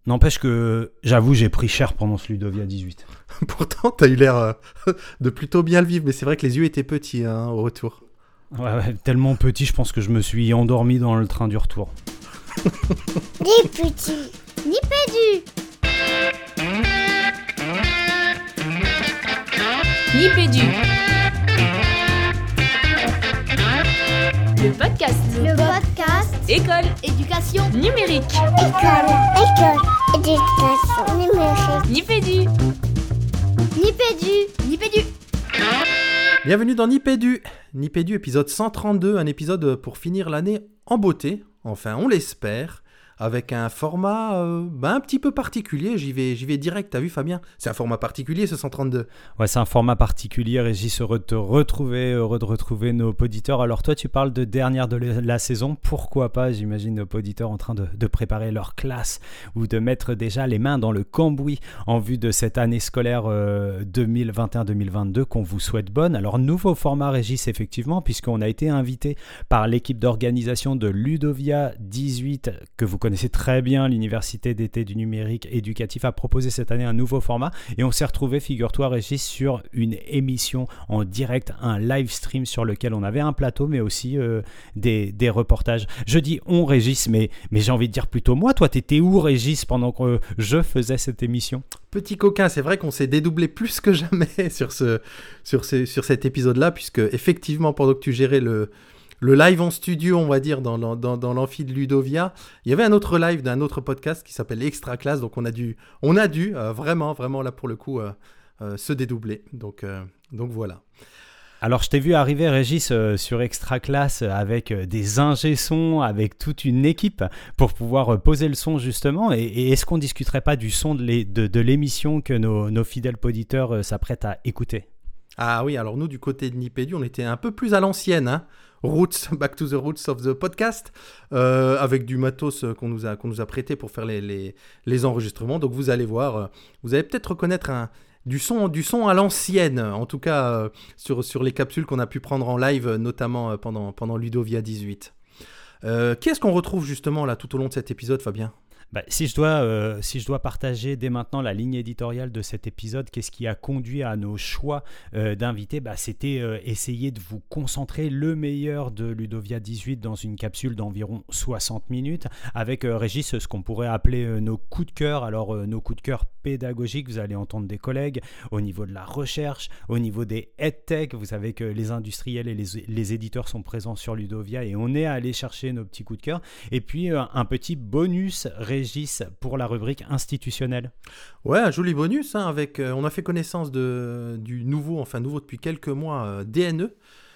N'empêche que, j'avoue, j'ai pris cher pendant ce Ludovia 18. Pourtant, t'as eu l'air de plutôt bien le vivre, mais c'est vrai que les yeux étaient petits au retour. Ouais, tellement petit, je pense que je me suis endormi dans le train du retour. Ni petit, ni pédu. Ni pédu. Le podcast. Le podcast. École. Éducation. Numérique. École. Éducation numérique. Ni pédu. Ni pédu. Ni pédu. Bienvenue dans Nipédu. Nipédu, épisode 132, un épisode pour finir l'année en beauté. Enfin, on l'espère. Avec un format un petit peu particulier, j'y vais direct, t'as vu Fabien ? C'est un format particulier ce 132. Ouais, c'est un format particulier, Régis, heureux de retrouver nos auditeurs. Alors toi, tu parles de dernière de la saison, pourquoi pas, j'imagine nos auditeurs en train de préparer leur classe ou de mettre déjà les mains dans le cambouis en vue de cette année scolaire 2021-2022 qu'on vous souhaite bonne. Alors nouveau format, Régis, effectivement, puisqu'on a été invité par l'équipe d'organisation de Ludovia 18, que vous connaissez très bien, l'Université d'été du numérique éducatif a proposé cette année un nouveau format et on s'est retrouvé, figure-toi Régis, sur une émission en direct, un live stream sur lequel on avait un plateau mais aussi des reportages. Je dis on Régis, mais j'ai envie de dire plutôt moi. Toi, t'étais où Régis pendant que je faisais cette émission ? Petit coquin, c'est vrai qu'on s'est dédoublé plus que jamais sur cet épisode-là, puisque effectivement, pendant que tu gérais le live en studio, on va dire, dans l'amphi de Ludovia, il y avait un autre live d'un autre podcast qui s'appelle Extra Classe, donc on a dû vraiment là pour le coup se dédoubler, donc voilà. Alors je t'ai vu arriver Régis sur Extra Classe avec des ingé-sons, avec toute une équipe pour pouvoir poser le son justement, et est-ce qu'on ne discuterait pas du son de l'émission que nos fidèles auditeurs s'apprêtent à écouter ? Ah oui, alors nous du côté de Nipédu, on était un peu plus à l'ancienne, hein. Roots, back to the roots of the podcast, avec du matos qu'on nous a prêté pour faire les enregistrements. Donc vous allez voir, vous allez peut-être reconnaître du son à l'ancienne, en tout cas sur les capsules qu'on a pu prendre en live, notamment pendant Ludovia 18. Qu'est-ce qu'on retrouve justement là tout au long de cet épisode, Fabien ? Si je dois partager dès maintenant la ligne éditoriale de cet épisode, qu'est-ce qui a conduit à nos choix d'invités ? C'était essayer de vous concentrer le meilleur de Ludovia 18 dans une capsule d'environ 60 minutes avec Régis, ce qu'on pourrait appeler nos coups de cœur. Alors nos coups de cœur pédagogiques, vous allez entendre des collègues au niveau de la recherche, au niveau des EdTech. Vous savez que les industriels et les éditeurs sont présents sur Ludovia et on est allé chercher nos petits coups de cœur. Et puis un petit bonus Régis pour la rubrique institutionnelle. Ouais, un joli bonus, hein, on a fait connaissance du nouveau depuis quelques mois, DNE,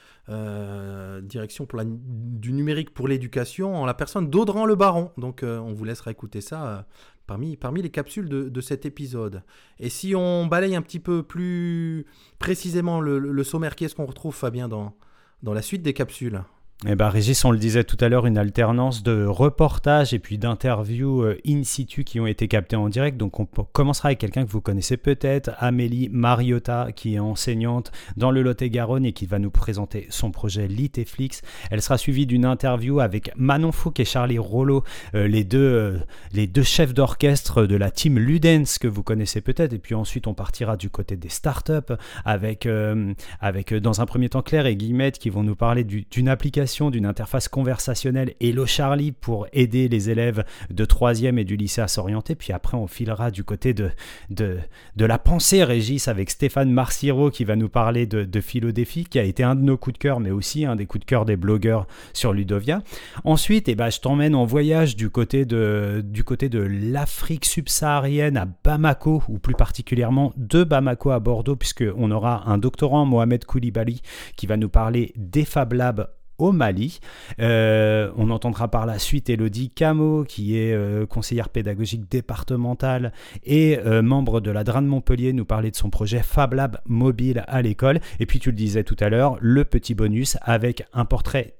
direction du numérique pour l'éducation, en la personne d'Audran Le Baron. Donc on vous laissera écouter ça parmi les capsules de cet épisode. Et si on balaye un petit peu plus précisément le sommaire, qu'est-ce qu'on retrouve, Fabien, dans la suite des capsules ? Régis, on le disait tout à l'heure, une alternance de reportages et puis d'interviews in situ qui ont été captées en direct. Donc on commencera avec quelqu'un que vous connaissez peut-être, Amélie Mariota, qui est enseignante dans le Lot-et-Garonne et qui va nous présenter son projet Liteflix. Elle sera suivie d'une interview avec Manon Fouque et Charlie Rollo, les deux chefs d'orchestre de la team Ludens que vous connaissez peut-être. Et puis ensuite on partira du côté des startups avec dans un premier temps Claire et Guillemette qui vont nous parler d'une application, d'une interface conversationnelle Hello Charlie pour aider les élèves de 3e et du lycée à s'orienter. Puis après, on filera du côté de la pensée, Régis, avec Stéphane Marciro qui va nous parler de Philodéfi, qui a été un de nos coups de cœur, mais aussi un des coups de cœur des blogueurs sur Ludovia. Ensuite, je t'emmène en voyage du côté de l'Afrique subsaharienne à Bamako, ou plus particulièrement de Bamako à Bordeaux, puisqu'on aura un doctorant, Mohamed Koulibaly, qui va nous parler des Fab Labs au Mali. On entendra par la suite Élodie Camo, qui est conseillère pédagogique départementale et membre de la DRAN de Montpellier, nous parler de son projet Fab Lab mobile à l'école. Et puis tu le disais tout à l'heure, le petit bonus avec un portrait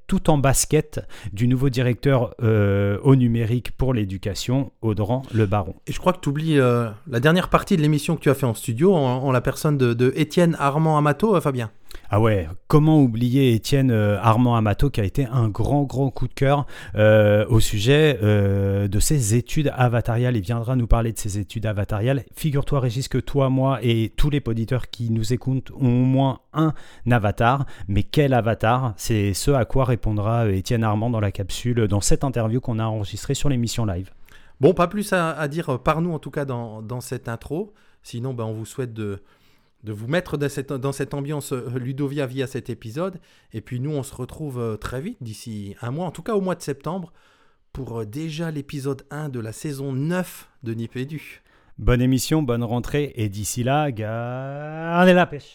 tout en basket du nouveau directeur au numérique pour l'éducation, Audran Le Baron. Et je crois que tu oublies la dernière partie de l'émission que tu as fait en studio en la personne de Étienne Armand Amato, Fabien. Ah ouais, comment oublier Étienne Armand Amato qui a été un grand coup de cœur au sujet de ses études avatariales. Il viendra nous parler de ses études avatariales. Figure-toi Régis que toi, moi et tous les auditeurs qui nous écoutent ont au moins un avatar. Mais quel avatar? C'est ce à quoi répondra Étienne Armand dans la capsule, dans cette interview qu'on a enregistrée sur l'émission live. Bon, pas plus à dire par nous en tout cas dans cette intro. Sinon, on vous souhaite de vous mettre dans cette ambiance Ludovia via cet épisode. Et puis nous, on se retrouve très vite, d'ici un mois, en tout cas au mois de septembre, pour déjà l'épisode 1 de la saison 9 de Nipédu. Bonne émission, bonne rentrée, et d'ici là, gardez la pêche.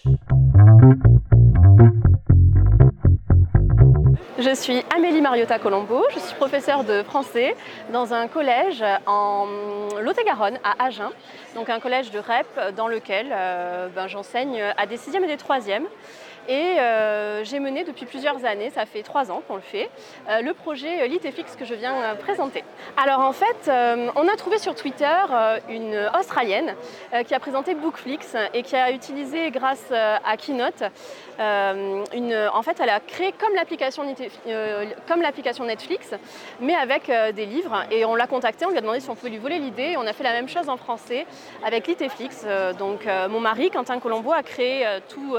Je suis Amélie Mariota Colombo, je suis professeure de français dans un collège en Lot-et-Garonne, à Agen, donc un collège de REP dans lequel j'enseigne à des 6e et des 3e. Et j'ai mené depuis plusieurs années, ça fait 3 ans qu'on le fait, le projet Liteflix que je viens présenter. Alors en fait, on a trouvé sur Twitter une Australienne qui a présenté Bookflix et qui a utilisé grâce à Keynote, en fait elle a créé comme l'application Netflix, mais avec des livres. Et on l'a contactée, on lui a demandé si on pouvait lui voler l'idée. Et on a fait la même chose en français avec Liteflix. Donc mon mari, Quentin Colombo, a créé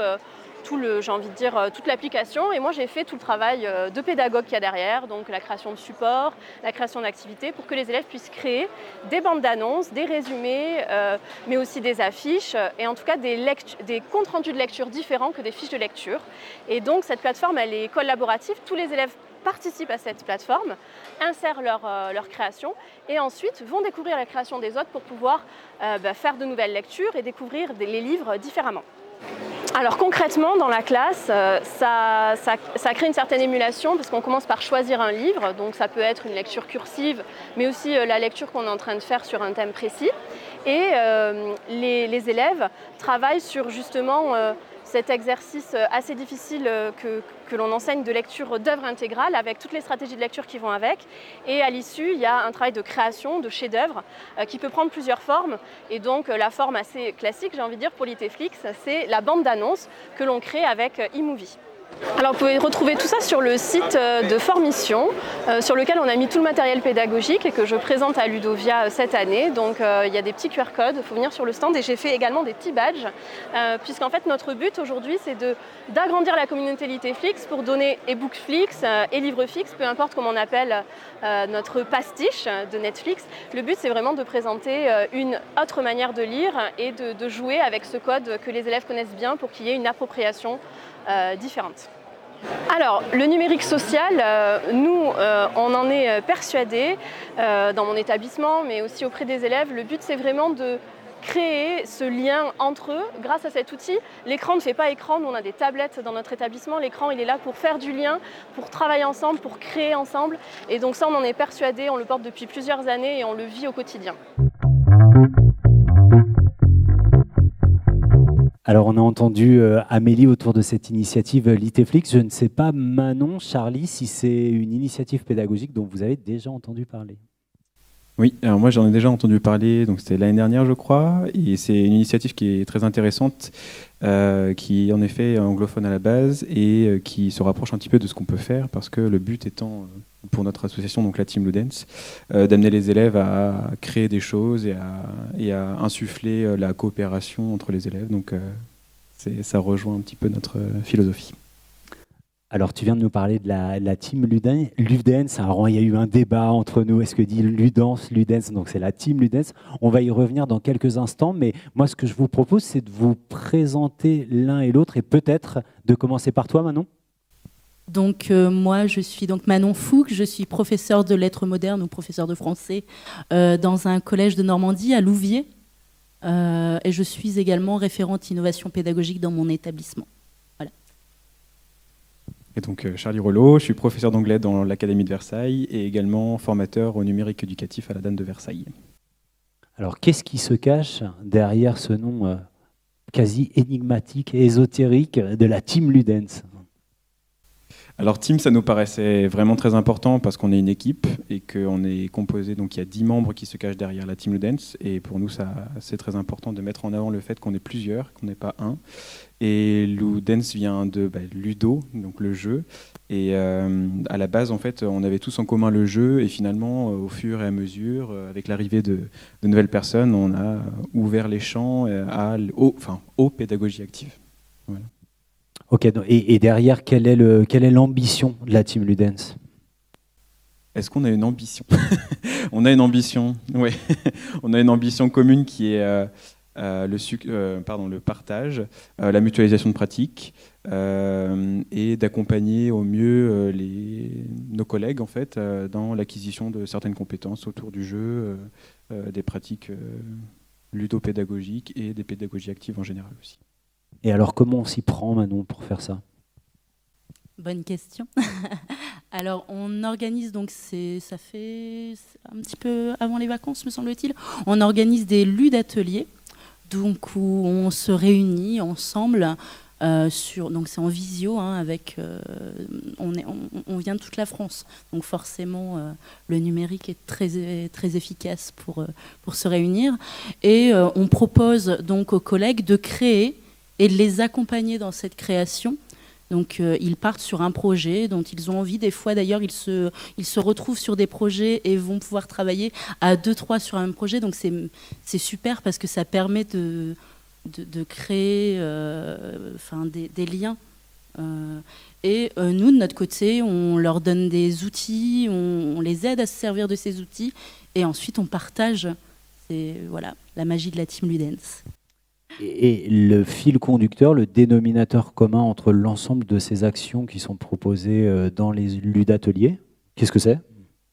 toute l'application, et moi j'ai fait tout le travail de pédagogue qu'il y a derrière, donc la création de supports, la création d'activités pour que les élèves puissent créer des bandes d'annonces, des résumés, mais aussi des affiches et en tout cas des comptes rendus de lecture différents que des fiches de lecture. Et donc cette plateforme elle est collaborative, tous les élèves participent à cette plateforme, insèrent leur création et ensuite vont découvrir la création des autres pour pouvoir faire de nouvelles lectures et découvrir les livres différemment. Alors concrètement dans la classe, ça crée une certaine émulation parce qu'on commence par choisir un livre, donc ça peut être une lecture cursive, mais aussi la lecture qu'on est en train de faire sur un thème précis. Et les élèves travaillent sur justement cet exercice assez difficile que l'on enseigne de lecture d'œuvres intégrales avec toutes les stratégies de lecture qui vont avec. Et à l'issue, il y a un travail de création, de chef-d'œuvre qui peut prendre plusieurs formes. Et donc la forme assez classique, j'ai envie de dire, pour Liteflix, c'est la bande d'annonce que l'on crée avec eMovie. Alors vous pouvez retrouver tout ça sur le site de Formission, sur lequel on a mis tout le matériel pédagogique et que je présente à Ludovia cette année. Donc il y a des petits QR codes, il faut venir sur le stand et j'ai fait également des petits badges, puisqu'en fait notre but aujourd'hui c'est d'agrandir la communauté Liteflix pour donner e-bookflix et livreflix, peu importe comment on appelle notre pastiche de Netflix. Le but c'est vraiment de présenter une autre manière de lire et de jouer avec ce code que les élèves connaissent bien pour qu'il y ait une appropriation différentes. Alors, le numérique social, nous, on en est persuadés dans mon établissement, mais aussi auprès des élèves. Le but, c'est vraiment de créer ce lien entre eux grâce à cet outil. L'écran ne fait pas écran, nous on a des tablettes dans notre établissement. L'écran, il est là pour faire du lien, pour travailler ensemble, pour créer ensemble. Et donc ça, on en est persuadés, on le porte depuis plusieurs années et on le vit au quotidien. Alors, on a entendu Amélie autour de cette initiative Liteflix. Je ne sais pas, Manon, Charlie, si c'est une initiative pédagogique dont vous avez déjà entendu parler. Oui, alors moi j'en ai déjà entendu parler, donc c'était l'année dernière je crois, et c'est une initiative qui est très intéressante, qui en effet est anglophone à la base et qui se rapproche un petit peu de ce qu'on peut faire, parce que le but étant, pour notre association, donc la Team Ludens, d'amener les élèves à créer des choses et à insuffler la coopération entre les élèves, donc ça rejoint un petit peu notre philosophie. Alors, tu viens de nous parler de la team Ludens. Alors, il y a eu un débat entre nous. Est-ce que dit Ludens? Donc, c'est la team Ludens. On va y revenir dans quelques instants. Mais moi, ce que je vous propose, c'est de vous présenter l'un et l'autre et peut-être de commencer par toi, Manon. Donc, moi, je suis donc Manon Fouque. Je suis professeure de lettres modernes ou professeure de français dans un collège de Normandie à Louviers. Et je suis également référente innovation pédagogique dans mon établissement. Et donc Charlie Rollo, je suis professeur d'anglais dans l'Académie de Versailles et également formateur au numérique éducatif à la Danne de Versailles. Alors, qu'est-ce qui se cache derrière ce nom quasi énigmatique et ésotérique de la Team Ludens ? Alors Team, ça nous paraissait vraiment très important parce qu'on est une équipe et qu'on est composé, donc il y a 10 membres qui se cachent derrière la Team Ludens, et pour nous c'est très important de mettre en avant le fait qu'on est plusieurs, qu'on n'est pas un. Et Ludens vient de Ludo, donc le jeu, et à la base en fait on avait tous en commun le jeu, et finalement au fur et à mesure, avec l'arrivée de nouvelles personnes, on a ouvert les champs aux pédagogies actives. Voilà. Ok, et derrière, quelle est l'ambition de la Team Ludens ? Est-ce qu'on a une ambition ? On a une ambition, oui. On a une ambition commune qui est le partage, la mutualisation de pratiques, et d'accompagner au mieux nos collègues en fait, dans l'acquisition de certaines compétences autour du jeu, des pratiques ludopédagogiques et des pédagogies actives en général aussi. Et alors, comment on s'y prend, Manon, pour faire ça ? Bonne question. Alors, on organise, donc ça fait un petit peu avant les vacances, me semble-t-il, on organise des ludateliers, donc où on se réunit ensemble, donc c'est en visio, avec, on vient de toute la France, donc forcément le numérique est très, très efficace pour se réunir, et on propose donc aux collègues de créer et de les accompagner dans cette création. Donc ils partent sur un projet dont ils ont envie. Des fois d'ailleurs ils se retrouvent sur des projets et vont pouvoir travailler à 2-3 sur un même projet. Donc c'est super parce que ça permet de créer des liens. Et nous de notre côté on leur donne des outils, on les aide à se servir de ces outils et ensuite on partage. C'est la magie de la Team Ludens. Et le fil conducteur, le dénominateur commun entre l'ensemble de ces actions qui sont proposées dans les ludateliers, qu'est-ce que c'est ?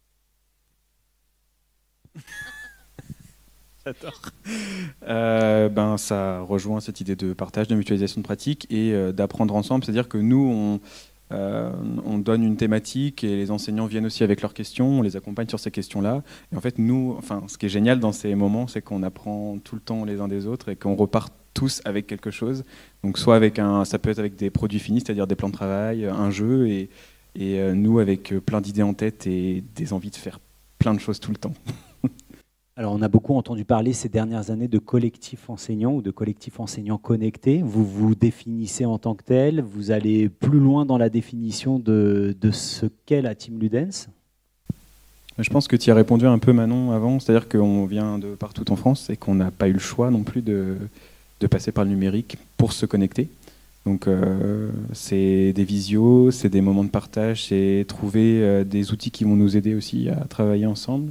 J'adore. Ça rejoint cette idée de partage, de mutualisation de pratiques et d'apprendre ensemble. C'est-à-dire que nous, on donne une thématique et les enseignants viennent aussi avec leurs questions, on les accompagne sur ces questions-là. Et en fait, ce qui est génial dans ces moments, c'est qu'on apprend tout le temps les uns des autres et qu'on repart tous avec quelque chose. Donc soit ça peut être avec des produits finis, c'est-à-dire des plans de travail, un jeu, et nous avec plein d'idées en tête et des envies de faire plein de choses tout le temps. Alors, on a beaucoup entendu parler ces dernières années de collectifs enseignants ou de collectifs enseignants connectés. Vous vous définissez en tant que tel, vous allez plus loin dans la définition de ce qu'est la Team Ludens ? Je pense que tu y as répondu un peu, Manon, avant. C'est-à-dire qu'on vient de partout en France et qu'on n'a pas eu le choix non plus de passer par le numérique pour se connecter. Donc, c'est des visios, c'est des moments de partage, c'est trouver des outils qui vont nous aider aussi à travailler ensemble.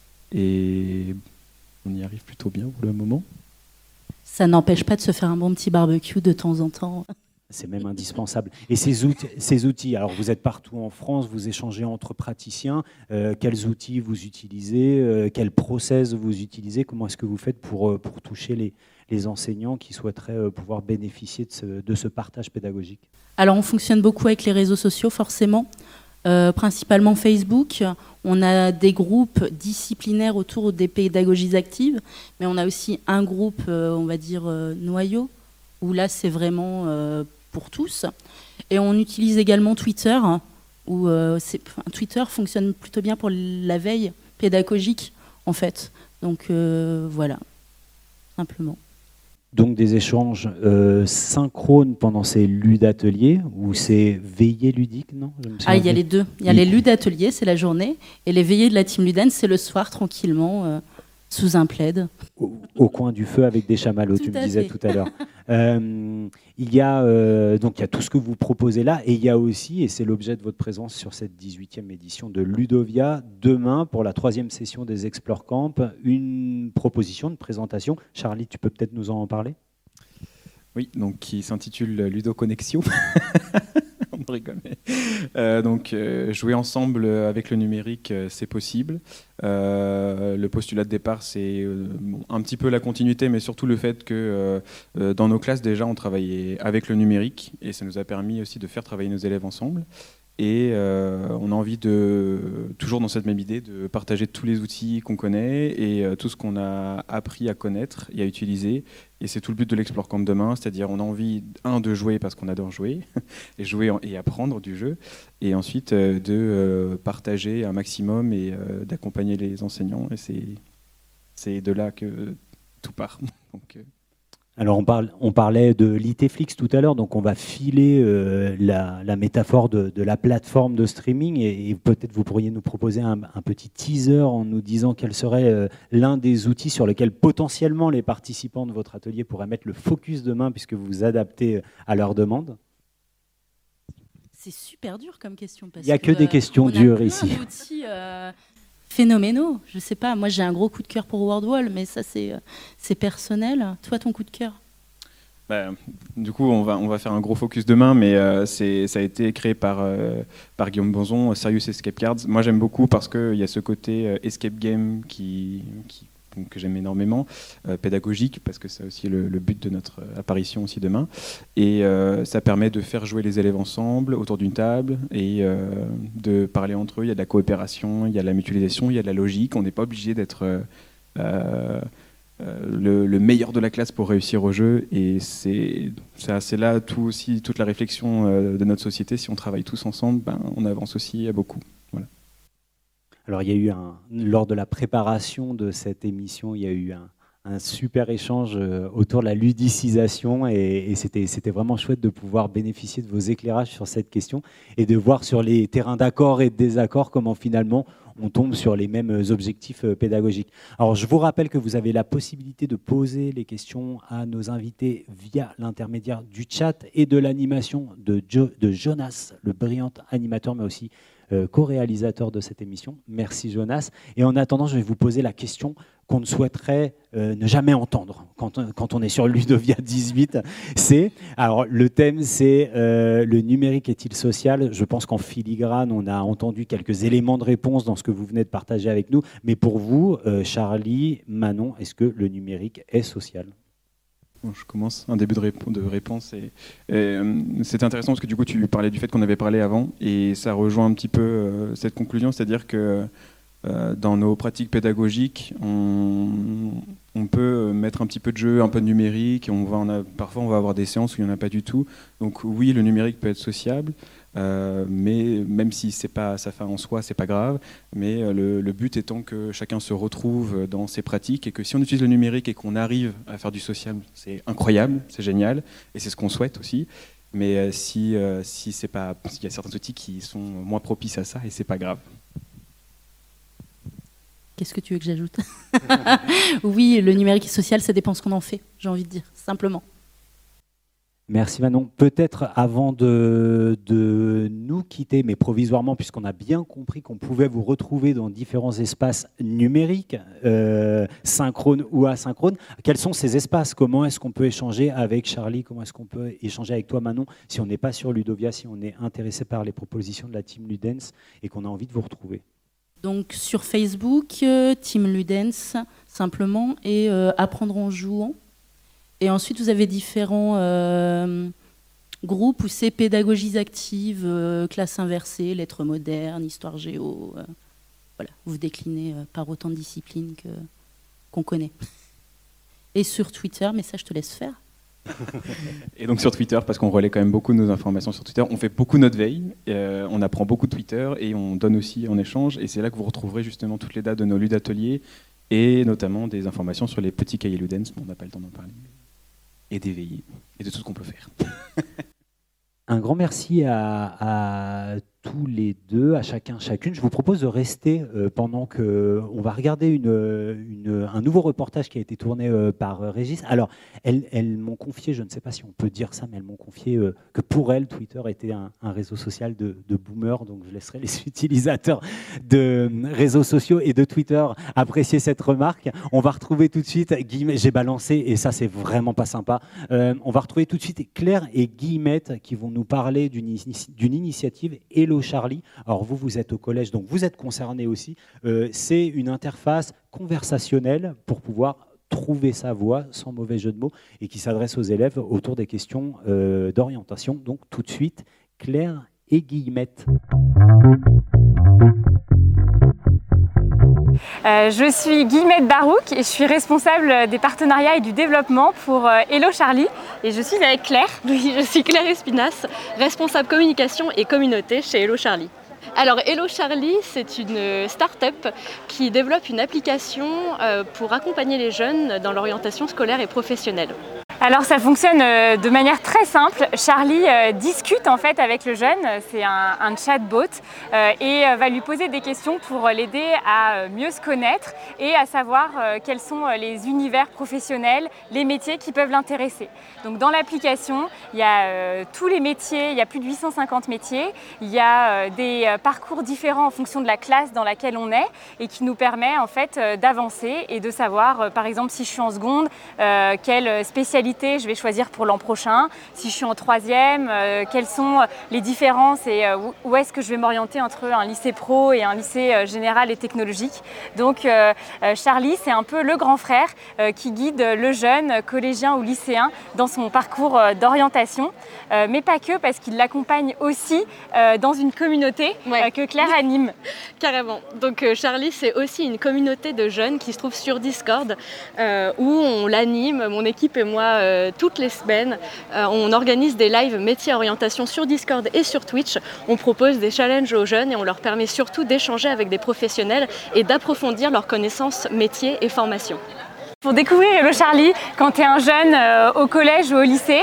Et on y arrive plutôt bien pour le moment. Ça n'empêche pas de se faire un bon petit barbecue de temps en temps. C'est même indispensable. Et ces outils, alors vous êtes partout en France, vous échangez entre praticiens, quels outils vous utilisez, quel process vous utilisez, comment est-ce que vous faites pour toucher les enseignants qui souhaiteraient pouvoir bénéficier de ce partage pédagogique ? Alors on fonctionne beaucoup avec les réseaux sociaux forcément. Principalement Facebook. On a des groupes disciplinaires autour des pédagogies actives, mais on a aussi un groupe, on va dire, noyau, où là, c'est vraiment pour tous. Et on utilise également Twitter, où Twitter fonctionne plutôt bien pour la veille pédagogique, en fait. Donc, voilà, simplement. Donc des échanges synchrones pendant ces ludateliers ou c'est veillées ludiques, non ? Il y a les deux. Il y a les ludateliers, c'est la journée, et les veillées de la Team Ludens, c'est le soir, tranquillement, sous un plaid. Au coin du feu avec des chamallows, tu me disais tout à l'heure. Il y a tout ce que vous proposez là, et il y a aussi, et c'est l'objet de votre présence sur cette 18e édition de Ludovia, demain, pour la 3e session des Explore Camp, une proposition de présentation. Charlie, tu peux peut-être nous en parler ? Oui, donc qui s'intitule Ludo Connexion. On rigole. Jouer ensemble avec le numérique, c'est possible. Le postulat de départ, c'est un petit peu la continuité, mais surtout le fait que dans nos classes, déjà, on travaillait avec le numérique et ça nous a permis aussi de faire travailler nos élèves ensemble. Et on a envie toujours dans cette même idée, de partager tous les outils qu'on connaît et tout ce qu'on a appris à connaître et à utiliser. Et c'est tout le but de l'Explore Camp demain, c'est-à-dire on a envie, de jouer parce qu'on adore jouer, et jouer et apprendre du jeu, et ensuite de partager un maximum et d'accompagner les enseignants. Et c'est de là que tout part. Donc, Alors on parlait de l'ITFlix tout à l'heure, donc on va filer la métaphore de la plateforme de streaming et peut-être vous pourriez nous proposer un petit teaser en nous disant quel serait l'un des outils sur lesquels potentiellement les participants de votre atelier pourraient mettre le focus demain puisque vous vous adaptez à leurs demandes. C'est super dur comme question. Il n'y a que des questions dures ici. D'outils, phénoménaux. Je sais pas, moi j'ai un gros coup de cœur pour WordWall, mais ça c'est personnel. Toi, ton coup de cœur? Du coup, on va faire un gros focus demain, mais ça a été créé par Guillaume Bonzon, Serious Escape Cards. Moi, j'aime beaucoup parce qu'il y a ce côté escape game que j'aime énormément, pédagogique, parce que c'est aussi le but de notre apparition aussi demain. Et ça permet de faire jouer les élèves ensemble, autour d'une table, et de parler entre eux. Il y a de la coopération, il y a de la mutualisation, il y a de la logique. On n'est pas obligé d'être le meilleur de la classe pour réussir au jeu. Et c'est là toute la réflexion de notre société. Si on travaille tous ensemble, on avance aussi beaucoup. Voilà. Alors il y a eu lors de la préparation de cette émission, il y a eu un super échange autour de la ludicisation et c'était vraiment chouette de pouvoir bénéficier de vos éclairages sur cette question et de voir sur les terrains d'accord et de désaccord comment finalement on tombe sur les mêmes objectifs pédagogiques. Alors je vous rappelle que vous avez la possibilité de poser les questions à nos invités via l'intermédiaire du chat et de l'animation de Jonas, le brillant animateur mais aussi co-réalisateur de cette émission. Merci Jonas. Et en attendant, je vais vous poser la question qu'on ne souhaiterait ne jamais entendre quand on est sur Ludovia 18. Alors le thème, c'est le numérique est-il social? Je pense qu'en filigrane, on a entendu quelques éléments de réponse dans ce que vous venez de partager avec nous. Mais pour vous, Charlie, Manon, est-ce que le numérique est social? Bon, je commence un début de réponse. C'est intéressant parce que du coup, tu parlais du fait qu'on avait parlé avant et ça rejoint un petit peu cette conclusion, c'est-à-dire que dans nos pratiques pédagogiques, on peut mettre un petit peu de jeu, un peu de numérique. Parfois, on va avoir des séances où il n'y en a pas du tout. Donc oui, le numérique peut être sociable, mais même si c'est pas sa fin en soi, c'est pas grave. Mais le but étant que chacun se retrouve dans ses pratiques et que si on utilise le numérique et qu'on arrive à faire du social, c'est incroyable, c'est génial et c'est ce qu'on souhaite aussi. Mais si c'est pas, il y a certains outils qui sont moins propices à ça et c'est pas grave. Qu'est-ce que tu veux que j'ajoute? Oui, le numérique et social, ça dépend ce qu'on en fait, j'ai envie de dire, simplement. Merci Manon. Peut-être avant de nous quitter, mais provisoirement, puisqu'on a bien compris qu'on pouvait vous retrouver dans différents espaces numériques, synchrones ou asynchrones, quels sont ces espaces? Comment est-ce qu'on peut échanger avec Charlie? Comment est-ce qu'on peut échanger avec toi Manon si on n'est pas sur Ludovia, si on est intéressé par les propositions de la Team Ludens et qu'on a envie de vous retrouver? Donc sur Facebook, Team Ludens, simplement, et Apprendre en jouant. Et ensuite, vous avez différents groupes où c'est pédagogies actives, classe inversée, lettres modernes, histoire géo. Voilà, vous déclinez par autant de disciplines qu'on connaît. Et sur Twitter, mais ça, je te laisse faire. Et donc sur Twitter, parce qu'on relaie quand même beaucoup de nos informations sur Twitter, on fait beaucoup notre veille, on apprend beaucoup de Twitter et on donne aussi en échange. Et c'est là que vous retrouverez justement toutes les dates de nos ludateliers et notamment des informations sur les petits cahiers Ludens, mais on n'a pas le temps d'en parler. Et d'éveiller, et de tout ce qu'on peut faire. Un grand merci à tous les deux, à chacun, chacune. Je vous propose de rester pendant qu'on va regarder un nouveau reportage qui a été tourné par Régis. Alors, elles m'ont confié, je ne sais pas si on peut dire ça, mais elles m'ont confié que pour elles, Twitter était un réseau social de boomers, donc je laisserai les utilisateurs de réseaux sociaux et de Twitter apprécier cette remarque. On va retrouver tout de suite, j'ai balancé, et ça c'est vraiment pas sympa, on va retrouver tout de suite Claire et Guillemette qui vont nous parler d'une initiative Hello Charlie. Alors vous êtes au collège, donc vous êtes concernés aussi. C'est une interface conversationnelle pour pouvoir trouver sa voie, sans mauvais jeu de mots, et qui s'adresse aux élèves autour des questions d'orientation. Donc tout de suite, Claire et Guillemette. Je suis Guillemette Barouk et je suis responsable des partenariats et du développement pour Hello Charlie. Et je suis avec Claire. Oui, je suis Claire Espinas, responsable communication et communauté chez Hello Charlie. Alors Hello Charlie, c'est une start-up qui développe une application pour accompagner les jeunes dans l'orientation scolaire et professionnelle. Alors ça fonctionne de manière très simple. Charlie discute en fait avec le jeune, c'est un chatbot et va lui poser des questions pour l'aider à mieux se connaître et à savoir quels sont les univers professionnels, les métiers qui peuvent l'intéresser. Donc dans l'application, il y a tous les métiers, il y a plus de 850 métiers, il y a des parcours différents en fonction de la classe dans laquelle on est et qui nous permet en fait d'avancer et de savoir par exemple si je suis en seconde, quelle spécialité je vais choisir pour l'an prochain. Si je suis en troisième, quelles sont les différences et où est-ce que je vais m'orienter entre un lycée pro et un lycée général et technologique. Donc Charlie, c'est un peu le grand frère qui guide le jeune collégien ou lycéen dans son parcours d'orientation, mais pas que, parce qu'il l'accompagne aussi dans une communauté que Claire anime. Carrément. Donc Charlie, c'est aussi une communauté de jeunes qui se trouve sur Discord où on l'anime, mon équipe et moi, toutes les semaines. On organise des lives métiers orientation sur Discord et sur Twitch. On propose des challenges aux jeunes et on leur permet surtout d'échanger avec des professionnels et d'approfondir leurs connaissances métiers et formations. Pour découvrir Hello Charlie, quand tu es un jeune au collège ou au lycée,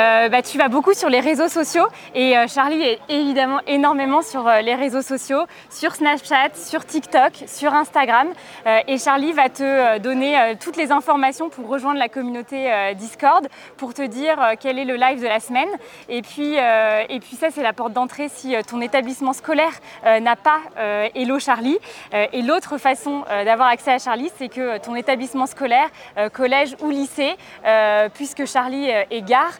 tu vas beaucoup sur les réseaux sociaux et Charlie est évidemment énormément sur les réseaux sociaux, sur Snapchat, sur TikTok, sur Instagram et Charlie va te donner toutes les informations pour rejoindre la communauté Discord, pour te dire quel est le live de la semaine et puis ça c'est la porte d'entrée si ton établissement scolaire n'a pas Hello Charlie et l'autre façon d'avoir accès à Charlie c'est que ton établissement scolaire collège ou lycée, puisque Charlie Égard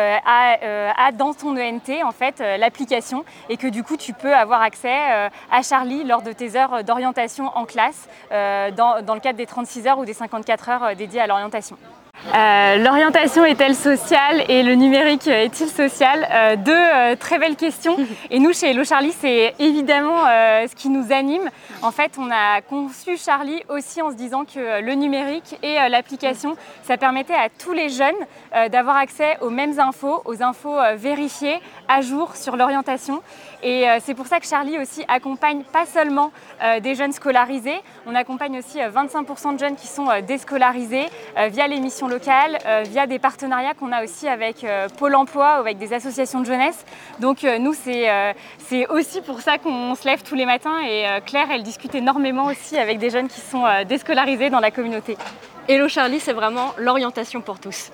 a dans ton ENT en fait l'application et que du coup tu peux avoir accès à Charlie lors de tes heures d'orientation en classe dans le cadre des 36 heures ou des 54 heures dédiées à l'orientation. L'orientation est-elle sociale et le numérique est-il social? Deux très belles questions. Et nous, chez Hello Charlie, c'est évidemment ce qui nous anime. En fait, on a conçu Charlie aussi en se disant que le numérique et l'application, ça permettait à tous les jeunes d'avoir accès aux mêmes infos, aux infos vérifiées, à jour sur l'orientation. Et c'est pour ça que Charlie aussi accompagne pas seulement des jeunes scolarisés, on accompagne aussi 25% de jeunes qui sont déscolarisés via les missions locales, via des partenariats qu'on a aussi avec Pôle emploi ou avec des associations de jeunesse. Donc nous, c'est aussi pour ça qu'on se lève tous les matins et Claire, elle discute énormément aussi avec des jeunes qui sont déscolarisés dans la communauté. Hello Charlie, c'est vraiment l'orientation pour tous.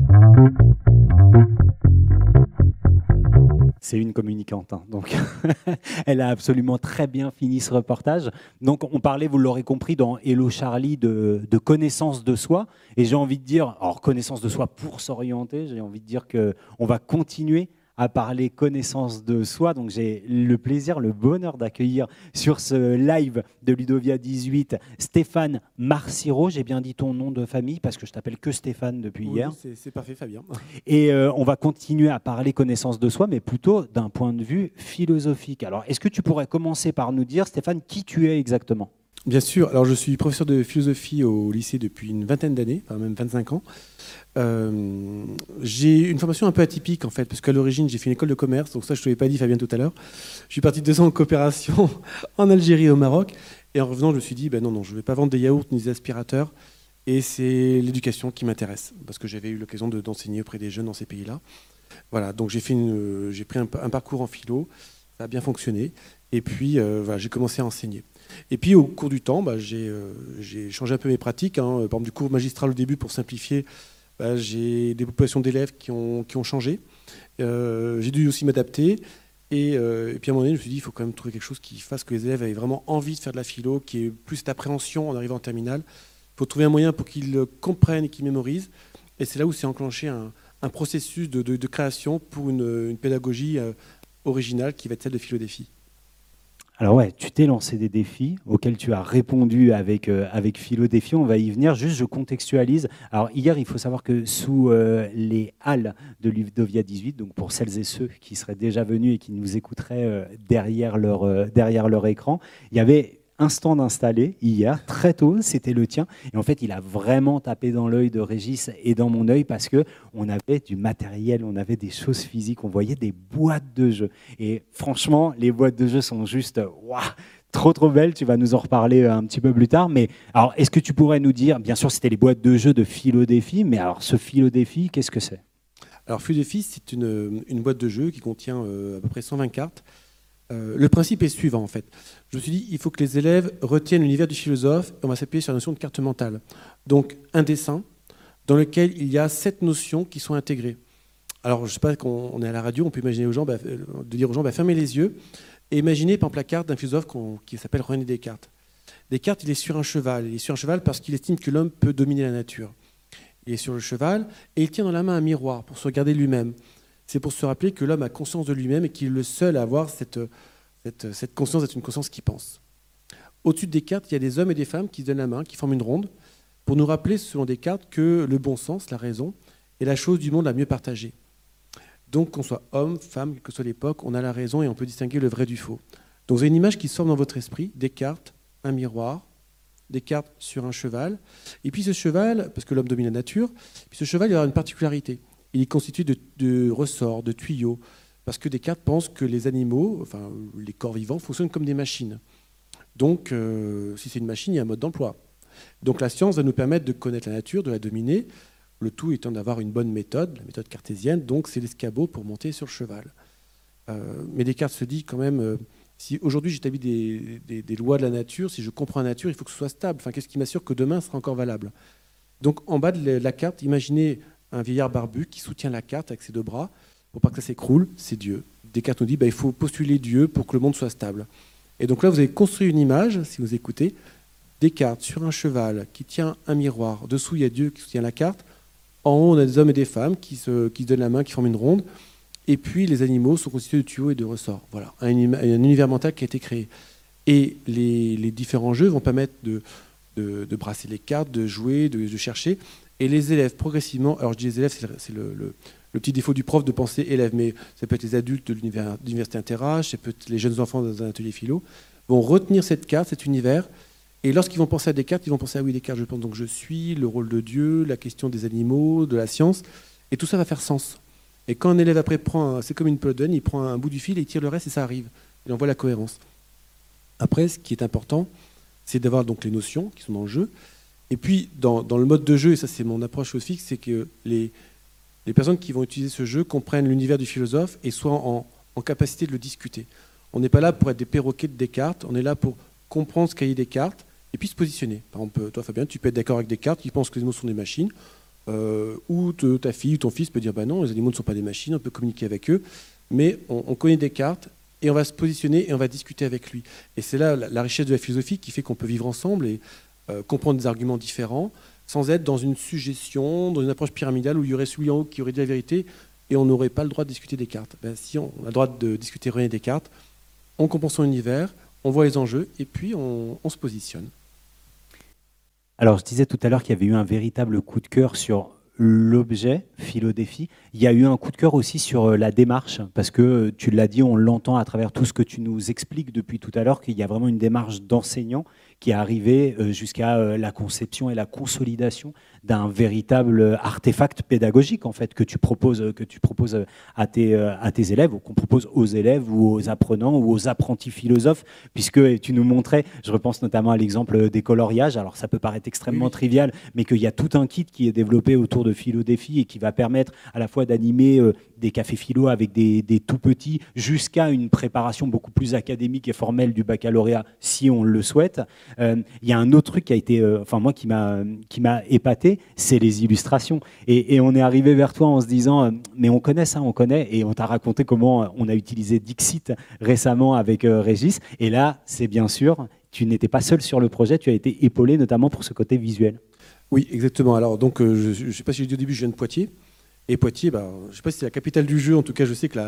C'est une communicante, hein, donc elle a absolument très bien fini ce reportage. Donc on parlait, vous l'aurez compris, dans Hello Charlie de connaissance de soi. Et j'ai envie de dire, alors connaissance de soi pour s'orienter, j'ai envie de dire qu'on va continuer à parler connaissance de soi. Donc j'ai le plaisir, le bonheur d'accueillir sur ce live de Ludovia 18 Stéphane Marciro. J'ai bien dit ton nom de famille parce que je t'appelle que Stéphane depuis hier. C'est parfait, Fabien. Et on va continuer à parler connaissance de soi, mais plutôt d'un point de vue philosophique. Alors, est-ce que tu pourrais commencer par nous dire, Stéphane, qui tu es exactement ? Bien sûr. Alors, je suis professeur de philosophie au lycée depuis une vingtaine d'années, enfin même 25 ans. J'ai une formation un peu atypique, en fait, parce qu'à l'origine, j'ai fait une école de commerce. Donc ça, je ne te l'avais pas dit, Fabien, tout à l'heure. Je suis parti 2 ans en coopération en Algérie et au Maroc. Et en revenant, je me suis dit, non, je ne vais pas vendre des yaourts ni des aspirateurs. Et c'est l'éducation qui m'intéresse, parce que j'avais eu l'occasion d'enseigner auprès des jeunes dans ces pays-là. Voilà, donc j'ai pris un parcours en philo, ça a bien fonctionné. Et puis, j'ai commencé à enseigner. Et puis, au cours du temps, j'ai changé un peu mes pratiques. Par exemple, du cours magistral au début, pour simplifier, j'ai des populations d'élèves qui ont changé. J'ai dû aussi m'adapter. Et puis, à un moment donné, je me suis dit, il faut quand même trouver quelque chose qui fasse que les élèves aient vraiment envie de faire de la philo, qui ait plus cette appréhension en arrivant en terminale. Il faut trouver un moyen pour qu'ils comprennent et qu'ils mémorisent. Et c'est là où s'est enclenché un processus de création pour une pédagogie originale qui va être celle de Philo Défi. Alors ouais, tu t'es lancé des défis auxquels tu as répondu avec Philo Défi. On va y venir. Juste, je contextualise. Alors hier, il faut savoir que sous les halles de Ludovia 18, donc pour celles et ceux qui seraient déjà venus et qui nous écouteraient derrière leur écran, il y avait un stand installé hier, très tôt, c'était le tien. Et en fait, il a vraiment tapé dans l'œil de Régis et dans mon œil parce qu'on avait du matériel, on avait des choses physiques, on voyait des boîtes de jeux. Et franchement, les boîtes de jeux sont juste waouh, trop belles. Tu vas nous en reparler un petit peu plus tard. Mais alors, est-ce que tu pourrais nous dire, bien sûr, c'était les boîtes de jeux de Philo Défi, mais alors ce Philo Défi, qu'est-ce que c'est? Alors, Philo Défi, c'est une boîte de jeux qui contient à peu près 120 cartes. Le principe est suivant, en fait. Je me suis dit, il faut que les élèves retiennent l'univers du philosophe, et on va s'appuyer sur la notion de carte mentale. Donc, un dessin dans lequel il y a 7 notions qui sont intégrées. Alors, je ne sais pas, quand on est à la radio, on peut imaginer aux gens, de dire aux gens, fermez les yeux, et imaginez, par exemple, la carte d'un philosophe qui s'appelle René Descartes. Descartes, il est sur un cheval. Il est sur un cheval parce qu'il estime que l'homme peut dominer la nature. Il est sur le cheval, et il tient dans la main un miroir pour se regarder lui-même. C'est pour se rappeler que l'homme a conscience de lui-même et qu'il est le seul à avoir cette conscience d'être une conscience qui pense. Au-dessus de Descartes, il y a des hommes et des femmes qui se donnent la main, qui forment une ronde, pour nous rappeler, selon Descartes, que le bon sens, la raison, est la chose du monde la mieux partagée. Donc, qu'on soit homme, femme, quelle que soit l'époque, on a la raison et on peut distinguer le vrai du faux. Donc, vous avez une image qui se forme dans votre esprit, Descartes, un miroir, Descartes sur un cheval, et puis ce cheval, parce que l'homme domine la nature, puis ce cheval, il aura une particularité. Il est constitué de ressorts, de tuyaux, parce que Descartes pense que les animaux, enfin les corps vivants, fonctionnent comme des machines. Donc, si c'est une machine, il y a un mode d'emploi. Donc la science va nous permettre de connaître la nature, de la dominer, le tout étant d'avoir une bonne méthode, la méthode cartésienne, donc c'est l'escabeau pour monter sur le cheval. Mais Descartes se dit quand même, si aujourd'hui j'établis des lois de la nature, si je comprends la nature, il faut que ce soit stable. Enfin, qu'est-ce qui m'assure que demain sera encore valable? Donc en bas de la carte, imaginez un vieillard barbu qui soutient la carte avec ses 2 bras pour pas que ça s'écroule, c'est Dieu. Descartes nous dit il faut postuler Dieu pour que le monde soit stable. Et donc là, vous avez construit une image, si vous écoutez, Descartes sur un cheval qui tient un miroir. Dessous, il y a Dieu qui soutient la carte. En haut, on a des hommes et des femmes qui se donnent la main, qui forment une ronde. Et puis, les animaux sont constitués de tuyaux et de ressorts. Voilà, un univers mental qui a été créé. Et les différents jeux vont permettre de brasser les cartes, de jouer, de chercher. Et les élèves, progressivement, alors je dis les élèves, c'est le petit défaut du prof de penser élève, mais ça peut être les adultes de l'université Interage, ça peut être les jeunes enfants dans un atelier philo, vont retenir cette carte, cet univers, et lorsqu'ils vont penser à Descartes, ils vont penser à oui, Descartes, je pense donc je suis, le rôle de Dieu, la question des animaux, de la science, et tout ça va faire sens. Et quand un élève après c'est comme une pelote de laine, il prend un bout du fil et il tire le reste et ça arrive. Il en voit la cohérence. Après, ce qui est important, c'est d'avoir donc les notions qui sont dans le jeu. Et puis, dans le mode de jeu, et ça c'est mon approche aussi, c'est que les personnes qui vont utiliser ce jeu comprennent l'univers du philosophe et soient en capacité de le discuter. On n'est pas là pour être des perroquets de Descartes, on est là pour comprendre ce qu'a dit Descartes et puis se positionner. Par exemple, toi Fabien, tu peux être d'accord avec Descartes qui pense que les animaux sont des machines, ou ta fille ou ton fils peut dire non, les animaux ne sont pas des machines, on peut communiquer avec eux, mais on connaît Descartes et on va se positionner et on va discuter avec lui. Et c'est là la richesse de la philosophie qui fait qu'on peut vivre ensemble et comprendre des arguments différents, sans être dans une suggestion, dans une approche pyramidale où il y aurait celui en haut qui aurait dit la vérité et on n'aurait pas le droit de discuter Descartes. Si on a le droit de discuter René Descartes, on comprend son univers, on voit les enjeux et puis on se positionne. Alors, je disais tout à l'heure qu'il y avait eu un véritable coup de cœur sur l'objet, Philo Défi. Il y a eu un coup de cœur aussi sur la démarche, parce que tu l'as dit, on l'entend à travers tout ce que tu nous expliques depuis tout à l'heure, qu'il y a vraiment une démarche d'enseignant qui est arrivée jusqu'à la conception et la consolidation d'un véritable artefact pédagogique en fait que tu proposes à tes élèves, ou qu'on propose aux élèves ou aux apprenants ou aux apprentis philosophes, puisque tu nous montrais, je repense notamment à l'exemple des coloriages, alors ça peut paraître extrêmement trivial, mais qu'il y a tout un kit qui est développé autour de Philo Défi et qui va permettre à la fois d'animer des cafés philo avec des tout petits jusqu'à une préparation beaucoup plus académique et formelle du baccalauréat si on le souhaite. Il y a un autre truc qui a été, moi qui m'a épaté, c'est les illustrations. Et on est arrivé vers toi en se disant, mais on connaît ça, on connaît, et on t'a raconté comment on a utilisé Dixit récemment avec Régis. Et là, c'est bien sûr, tu n'étais pas seul sur le projet, tu as été épaulé notamment pour ce côté visuel. Oui, exactement. Alors donc, je ne sais pas si j'ai dit au début, je viens de Poitiers. Et Poitiers, je ne sais pas si c'est la capitale du jeu, en tout cas je sais que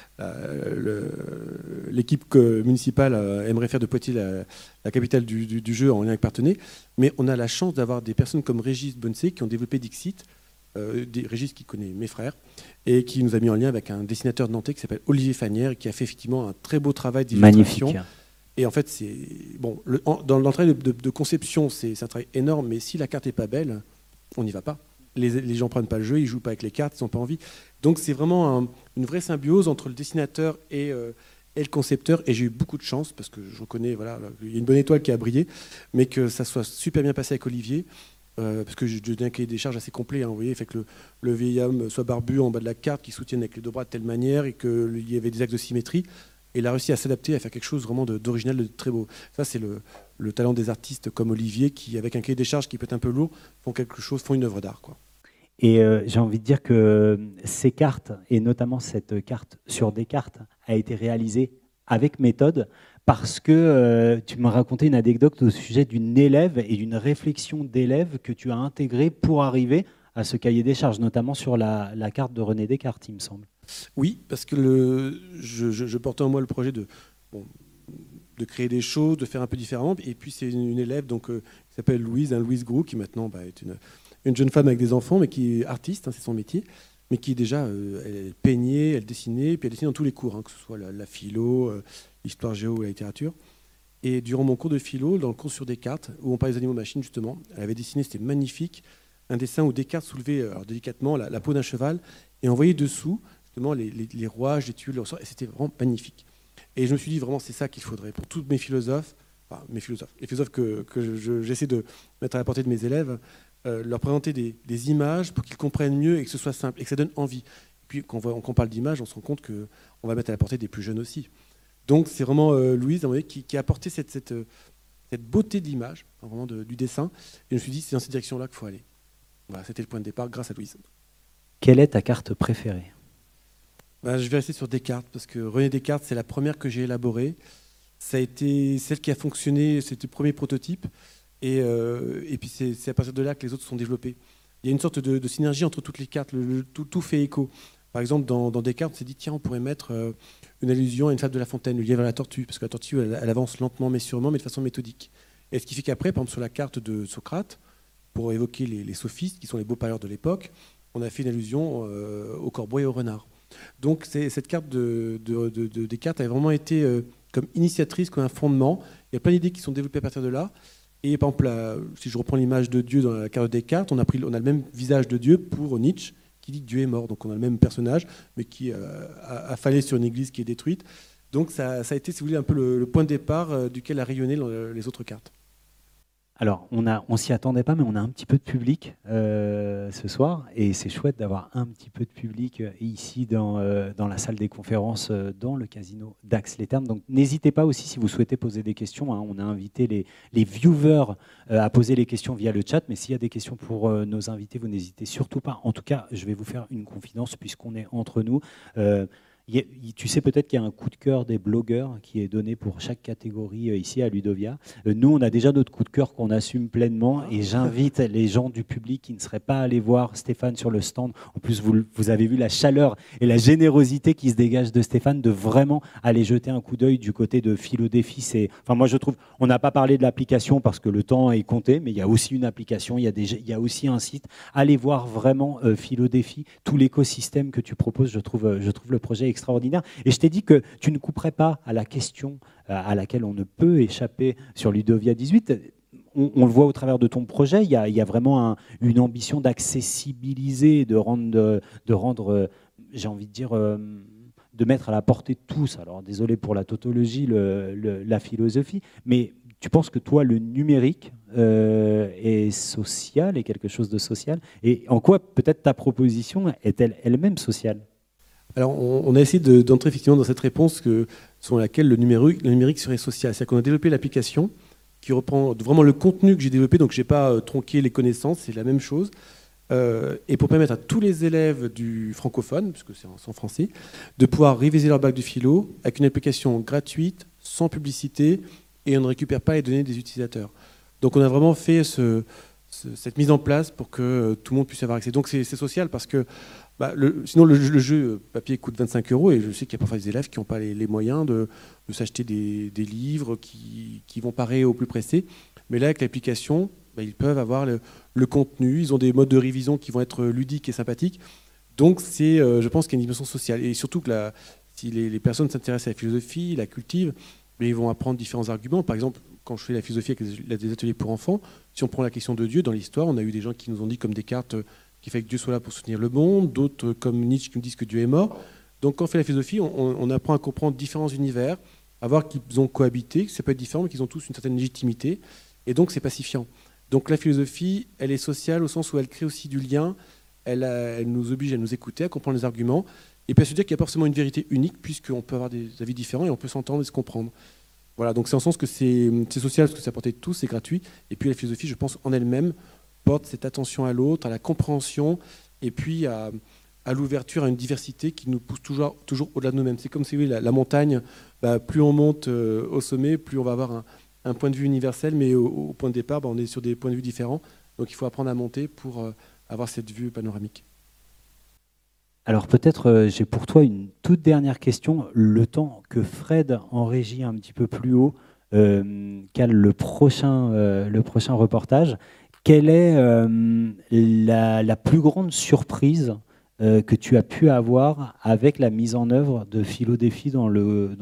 l'équipe municipale aimerait faire de Poitiers la capitale du jeu en lien avec Parthenay, mais on a la chance d'avoir des personnes comme Régis Bonnecé qui ont développé Dixit, Régis qui connaît mes frères, et qui nous a mis en lien avec un dessinateur de Nantais qui s'appelle Olivier Fanière, et qui a fait effectivement un très beau travail d'illustration. Magnifique. Et en fait, dans le travail de conception, c'est un travail énorme, mais si la carte n'est pas belle, on n'y va pas. Les gens ne prennent pas le jeu, ils ne jouent pas avec les cartes, ils n'ont pas envie. Donc c'est vraiment une vraie symbiose entre le dessinateur et le concepteur. Et j'ai eu beaucoup de chance, parce que je reconnais, il y a une bonne étoile qui a brillé, mais que ça soit super bien passé avec Olivier, parce que j'ai donné un cahier des charges assez complet. Vous voyez, fait que le vieil homme soit barbu en bas de la carte, qu'il soutienne avec les deux bras de telle manière, et qu'il y avait des axes de symétrie. Et il a réussi à s'adapter, à faire quelque chose vraiment d'original, de très beau. Ça, c'est le talent des artistes comme Olivier, qui, avec un cahier des charges qui peut être un peu lourd, font une œuvre d'art, quoi. Et j'ai envie de dire que ces cartes, et notamment cette carte sur des cartes, a été réalisée avec méthode, parce que tu me racontais une anecdote au sujet d'une élève et d'une réflexion d'élève que tu as intégrée pour arriver à ce cahier des charges, notamment sur la carte de René Descartes, il me semble. Oui, parce que je portais en moi le projet de créer des choses, de faire un peu différemment. Et puis c'est une élève qui s'appelle Louise Grou, qui maintenant est une jeune femme avec des enfants, mais qui est artiste, c'est son métier, mais qui déjà, elle peignait, elle dessinait, puis elle dessinait dans tous les cours, que ce soit la philo, l'histoire géo ou la littérature. Et durant mon cours de philo, dans le cours sur Descartes, où on parlait des animaux-machines justement, elle avait dessiné, c'était magnifique, un dessin où Descartes soulevait délicatement la peau d'un cheval et on voyait dessous justement les rouages, les tuiles, les ressorts, et c'était vraiment magnifique. Et je me suis dit vraiment c'est ça qu'il faudrait pour tous mes philosophes, les philosophes que j'essaie de mettre à la portée de mes élèves, leur présenter des images pour qu'ils comprennent mieux et que ce soit simple et que ça donne envie. Et puis quand on parle d'images, on se rend compte qu'on va mettre à la portée des plus jeunes aussi. Donc c'est vraiment Louise qui a apporté cette beauté de l'image, vraiment du dessin. Et je me suis dit c'est dans cette direction-là qu'il faut aller. Voilà, c'était le point de départ grâce à Louise. Quelle est ta carte préférée ? Je vais rester sur Descartes, parce que René Descartes, c'est la première que j'ai élaborée. Ça a été celle qui a fonctionné, c'était le premier prototype. Et puis c'est à partir de là que les autres se sont développés. Il y a une sorte de synergie entre toutes les cartes, tout fait écho. Par exemple, dans Descartes, on s'est dit, tiens, on pourrait mettre une allusion à une fable de La Fontaine, le lièvre et la tortue, parce que la tortue, elle avance lentement mais sûrement, mais de façon méthodique. Et ce qui fait qu'après, par exemple, sur la carte de Socrate, pour évoquer les sophistes, qui sont les beaux parleurs de l'époque, on a fait une allusion au corbeau et au renard. Donc cette carte de Descartes a vraiment été comme initiatrice, comme un fondement. Il y a plein d'idées qui sont développées à partir de là. Et par exemple, si je reprends l'image de Dieu dans la carte de Descartes, on a le même visage de Dieu pour Nietzsche, qui dit que Dieu est mort. Donc on a le même personnage, mais qui a affalé sur une église qui est détruite. Donc ça a été, si vous voulez, un peu le point de départ duquel a rayonné les autres cartes. Alors, on s'y attendait pas, mais on a un petit peu de public ce soir, et c'est chouette d'avoir un petit peu de public ici dans la salle des conférences, dans le casino d'Ax-les-Thermes. Donc, n'hésitez pas aussi si vous souhaitez poser des questions. On a invité les viewers à poser les questions via le chat, mais s'il y a des questions pour nos invités, vous n'hésitez surtout pas. En tout cas, je vais vous faire une confidence puisqu'on est entre nous. Tu sais peut-être qu'il y a un coup de cœur des blogueurs qui est donné pour chaque catégorie ici à Ludovia. Nous, on a déjà notre coup de cœur qu'on assume pleinement et j'invite les gens du public qui ne seraient pas allés voir Stéphane sur le stand. En plus, vous avez vu la chaleur et la générosité qui se dégage de Stéphane, de vraiment aller jeter un coup d'œil du côté de Philodéfi. Moi, je trouve, on n'a pas parlé de l'application parce que le temps est compté, mais il y a aussi une application, il y a aussi un site. Allez voir vraiment Philodéfi, tout l'écosystème que tu proposes. Je trouve le projet extraordinaire. Et je t'ai dit que tu ne couperais pas à la question à laquelle on ne peut échapper sur Ludovia 18. On le voit au travers de ton projet, il y a vraiment une ambition d'accessibiliser, de rendre, j'ai envie de dire, de mettre à la portée de tous. Alors désolé pour la tautologie, la philosophie, mais tu penses que toi, le numérique est social, est quelque chose de social, et en quoi peut-être ta proposition est-elle elle-même sociale ? Alors, on a essayé d'entrer effectivement dans cette réponse selon laquelle le numérique serait social. C'est-à-dire qu'on a développé l'application qui reprend vraiment le contenu que j'ai développé, donc je n'ai pas tronqué les connaissances, c'est la même chose. Et pour permettre à tous les élèves du francophone, puisque c'est en français, de pouvoir réviser leur bac de philo avec une application gratuite, sans publicité, et on ne récupère pas les données des utilisateurs. Donc on a vraiment fait cette mise en place pour que tout le monde puisse avoir accès. Donc c'est social parce que sinon le jeu papier coûte 25 € et je sais qu'il y a parfois des élèves qui n'ont pas les moyens de s'acheter des livres qui vont parer au plus pressé. Mais là, avec l'application, ils peuvent avoir le contenu, ils ont des modes de révision qui vont être ludiques et sympathiques. Donc je pense qu'il y a une dimension sociale. Et surtout que si les personnes s'intéressent à la philosophie, la cultivent, mais ils vont apprendre différents arguments. Par exemple, quand je fais la philosophie avec des ateliers pour enfants, si on prend la question de Dieu dans l'histoire, on a eu des gens qui nous ont dit, comme Descartes, qu'il fallait que Dieu soit là pour soutenir le monde, d'autres comme Nietzsche qui nous disent que Dieu est mort. Donc quand on fait la philosophie, on apprend à comprendre différents univers, à voir qu'ils ont cohabité, que ça peut être différent, mais qu'ils ont tous une certaine légitimité, et donc c'est pacifiant. Donc la philosophie, elle est sociale au sens où elle crée aussi du lien, elle nous oblige à nous écouter, à comprendre les arguments, et puis à se dire qu'il n'y a pas forcément une vérité unique, puisqu'on peut avoir des avis différents et on peut s'entendre et se comprendre. Voilà, donc c'est en sens que c'est social, parce que c'est à portée de tous, c'est gratuit, et puis la philosophie, je pense, en elle-même, porte cette attention à l'autre, à la compréhension, et puis à l'ouverture à une diversité qui nous pousse toujours au-delà de nous-mêmes. C'est comme si la montagne, plus on monte au sommet, plus on va avoir un point de vue universel, mais au point de départ, on est sur des points de vue différents. Donc il faut apprendre à monter pour avoir cette vue panoramique. Alors peut-être j'ai pour toi une toute dernière question. Le temps que Fred en régie un petit peu plus haut cale le prochain reportage, quelle est la plus grande surprise que tu as pu avoir avec la mise en œuvre de Philo-Défi dans le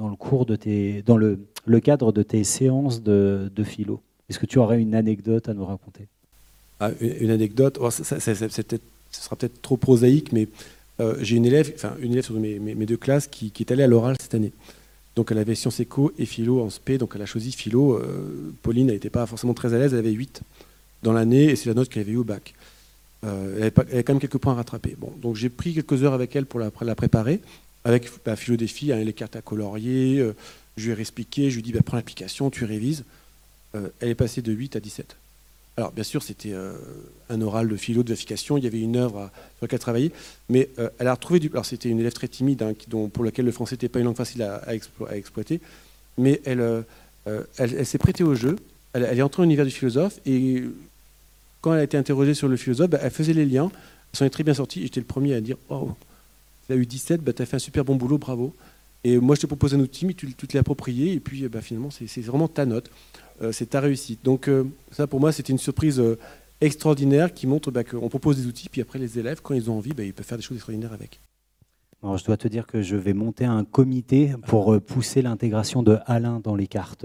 cadre de tes séances de philo? Est-ce que tu aurais une anecdote à nous raconter? Une anecdote, ce sera peut-être trop prosaïque, mais j'ai une élève sur mes deux classes qui est allée à l'oral cette année. Donc elle avait Sciences Éco et Philo en spé, donc elle a choisi Philo. Pauline, elle n'était pas forcément très à l'aise, elle avait 8 dans l'année, et c'est la note qu'elle avait eue au bac. Elle avait quand même quelques points à rattraper. Bon, donc j'ai pris quelques heures avec elle pour la préparer, avec Philo-Défi, les cartes à colorier, je lui ai expliqué, je lui ai dit prends l'application, tu révises. Elle est passée de 8 à 17. Alors bien sûr, c'était un oral de philo, de vérification, il y avait une œuvre sur laquelle travailler, mais elle a retrouvé alors c'était une élève très timide, pour laquelle le français n'était pas une langue facile à exploiter, mais elle s'est prêtée au jeu, elle est entrée dans l'univers du philosophe, et quand elle a été interrogée sur le philosophe, elle faisait les liens, elle s'en est très bien sortie, et j'étais le premier à dire « Oh, tu as eu 17, tu as fait un super bon boulot, bravo ». Et moi, je te propose un outil, mais tu te l'as approprié, et puis finalement, c'est vraiment ta note, c'est ta réussite. Donc ça, pour moi, c'était une surprise extraordinaire qui montre qu'on propose des outils, puis après, les élèves, quand ils ont envie, ils peuvent faire des choses extraordinaires avec. Alors, je dois te dire que je vais monter un comité pour pousser l'intégration de Alain dans les cartes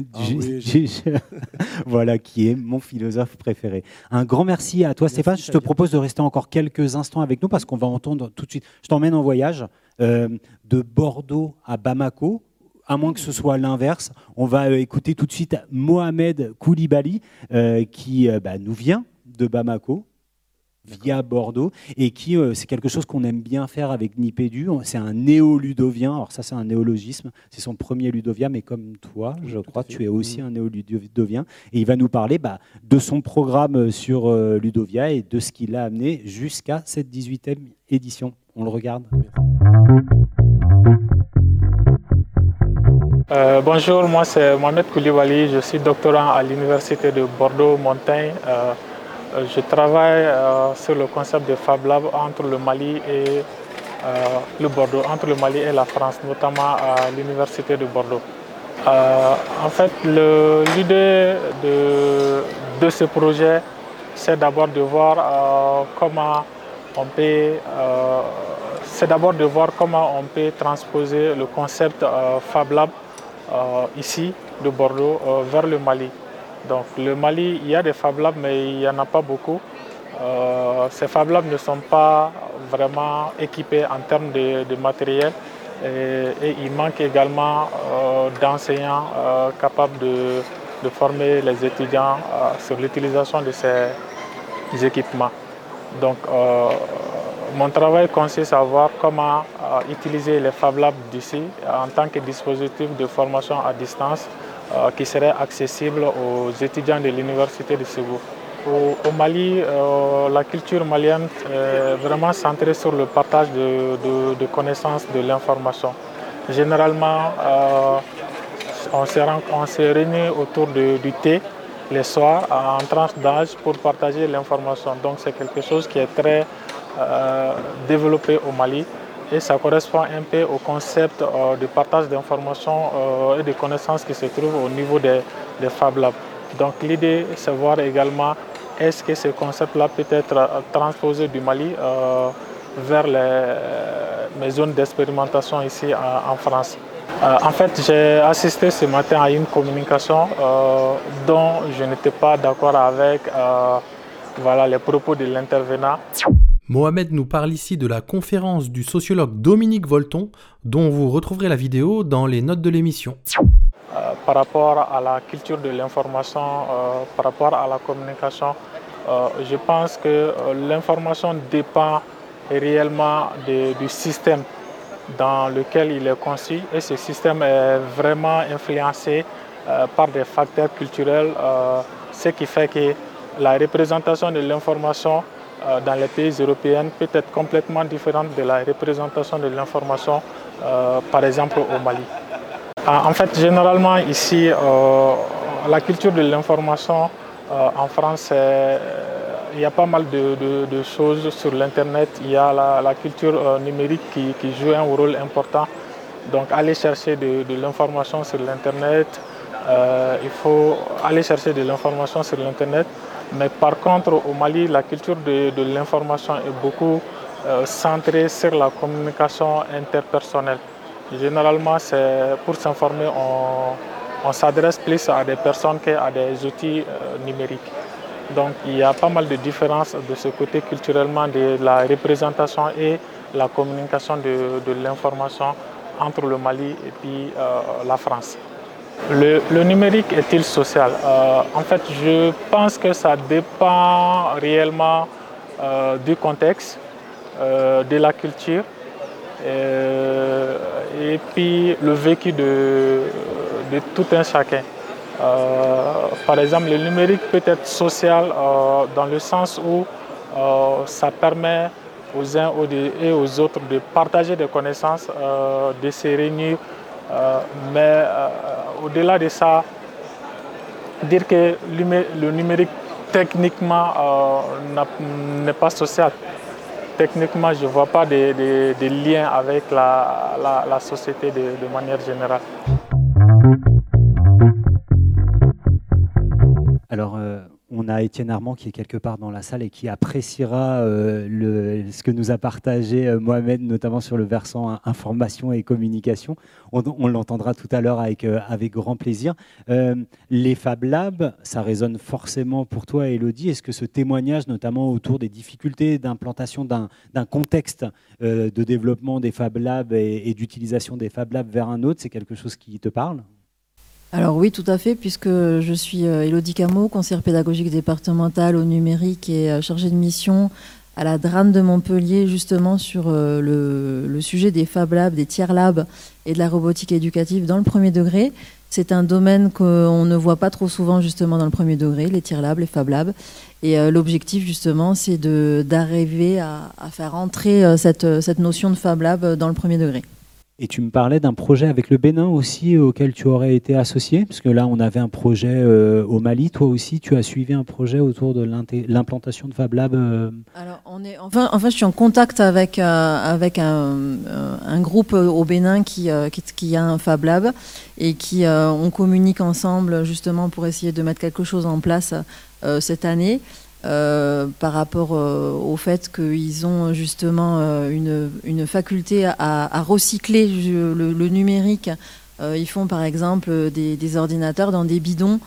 voilà, qui est mon philosophe préféré. Un grand merci à toi, Stéphane. Je te propose de rester encore quelques instants avec nous parce qu'on va entendre tout de suite. Je t'emmène en voyage de Bordeaux à Bamako. À moins que ce soit l'inverse, on va écouter tout de suite Mohamed Koulibaly qui nous vient de Bamako via Bordeaux, et qui, c'est quelque chose qu'on aime bien faire avec Nipédu. C'est un néo-ludovien, alors ça c'est un néologisme, c'est son premier ludovien, mais comme toi, je crois, tu es aussi un néo-ludovien, et il va nous parler de son programme sur Ludovia et de ce qui l'a amené jusqu'à cette 18e édition. On le regarde. Bonjour, moi c'est Mohamed Koulibaly, je suis doctorant à l'université de Bordeaux-Montaigne. Je travaille sur le concept de Fab Lab entre le Mali et le Bordeaux, entre le Mali et la France, notamment à l'université de Bordeaux. En fait, l'idée de ce projet, c'est d'abord de voir comment on peut transposer le concept Fab Lab ici de Bordeaux vers le Mali. Donc le Mali, il y a des Fab Labs, mais il n'y en a pas beaucoup. Ces Fab Labs ne sont pas vraiment équipés en termes de matériel et il manque également d'enseignants capables de former les étudiants sur l'utilisation de ces équipements. Donc mon travail consiste à voir comment utiliser les Fab Labs d'ici en tant que dispositif de formation à distance qui serait accessible aux étudiants de l'université de Ségou. Au Mali, la culture malienne est vraiment centrée sur le partage de connaissances de l'information. Généralement, on se réunit autour du thé les soirs en tranche d'âge pour partager l'information. Donc c'est quelque chose qui est très développé au Mali et ça correspond un peu au concept de partage d'informations et de connaissances qui se trouvent au niveau des Fab Labs. Donc l'idée c'est voir également est-ce que ce concept-là peut être transposé du Mali vers mes zones d'expérimentation ici en France. En fait, j'ai assisté ce matin à une communication dont je n'étais pas d'accord avec les propos de l'intervenant. Mohamed nous parle ici de la conférence du sociologue Dominique Volton, dont vous retrouverez la vidéo dans les notes de l'émission. Par rapport à la culture de l'information, par rapport à la communication, je pense que l'information dépend réellement du système dans lequel il est conçu et ce système est vraiment influencé par des facteurs culturels, ce qui fait que la représentation de l'information dans les pays européens peut être complètement différente de la représentation de l'information par exemple au Mali. En fait, généralement ici, la culture de l'information en France, il y a pas mal de choses sur l'Internet. Il y a la culture numérique qui joue un rôle important. Donc aller chercher de l'information sur l'Internet, il faut aller chercher de l'information sur l'Internet. Mais par contre, au Mali, la culture de l'information est beaucoup centrée sur la communication interpersonnelle. Généralement, c'est pour s'informer, on s'adresse plus à des personnes qu'à des outils numériques. Donc il y a pas mal de différences de ce côté culturellement de la représentation et la communication de l'information entre le Mali et puis la France. Le numérique est-il social? En fait, je pense que ça dépend réellement du contexte, de la culture et puis le vécu de tout un chacun. Par exemple, le numérique peut être social dans le sens où ça permet aux uns et aux autres de partager des connaissances, de se réunir. Mais au-delà de ça, dire que le numérique techniquement n'est pas social. Techniquement, je ne vois pas de lien avec la société de manière générale. Alors, on a Étienne Armand qui est quelque part dans la salle et qui appréciera ce que nous a partagé Mohamed, notamment sur le versant information et communication. On l'entendra tout à l'heure avec grand plaisir. Les Fab Labs, ça résonne forcément pour toi, Élodie. Est-ce que ce témoignage, notamment autour des difficultés d'implantation d'un contexte de développement des Fab Labs et d'utilisation des Fab Labs vers un autre, c'est quelque chose qui te parle ? Alors oui, tout à fait, puisque je suis Élodie Cameau, conseillère pédagogique départementale au numérique et chargée de mission à la DRAN de Montpellier, justement sur le sujet des Fab Labs, des tiers labs et de la robotique éducative dans le premier degré. C'est un domaine qu'on ne voit pas trop souvent justement dans le premier degré, les tiers labs, les Fab Labs. Et l'objectif justement, c'est d'arriver à faire entrer cette notion de Fab Lab dans le premier degré. Et tu me parlais d'un projet avec le Bénin aussi auquel tu aurais été associé, parce que là on avait un projet au Mali, toi aussi tu as suivi un projet autour de l'implantation de Fab Lab. Alors je suis en contact avec un groupe au Bénin qui a un Fab Lab et on communique ensemble justement pour essayer de mettre quelque chose en place cette année. Par rapport au fait qu'ils ont justement une faculté à recycler le numérique. Ils font par exemple des ordinateurs dans des bidons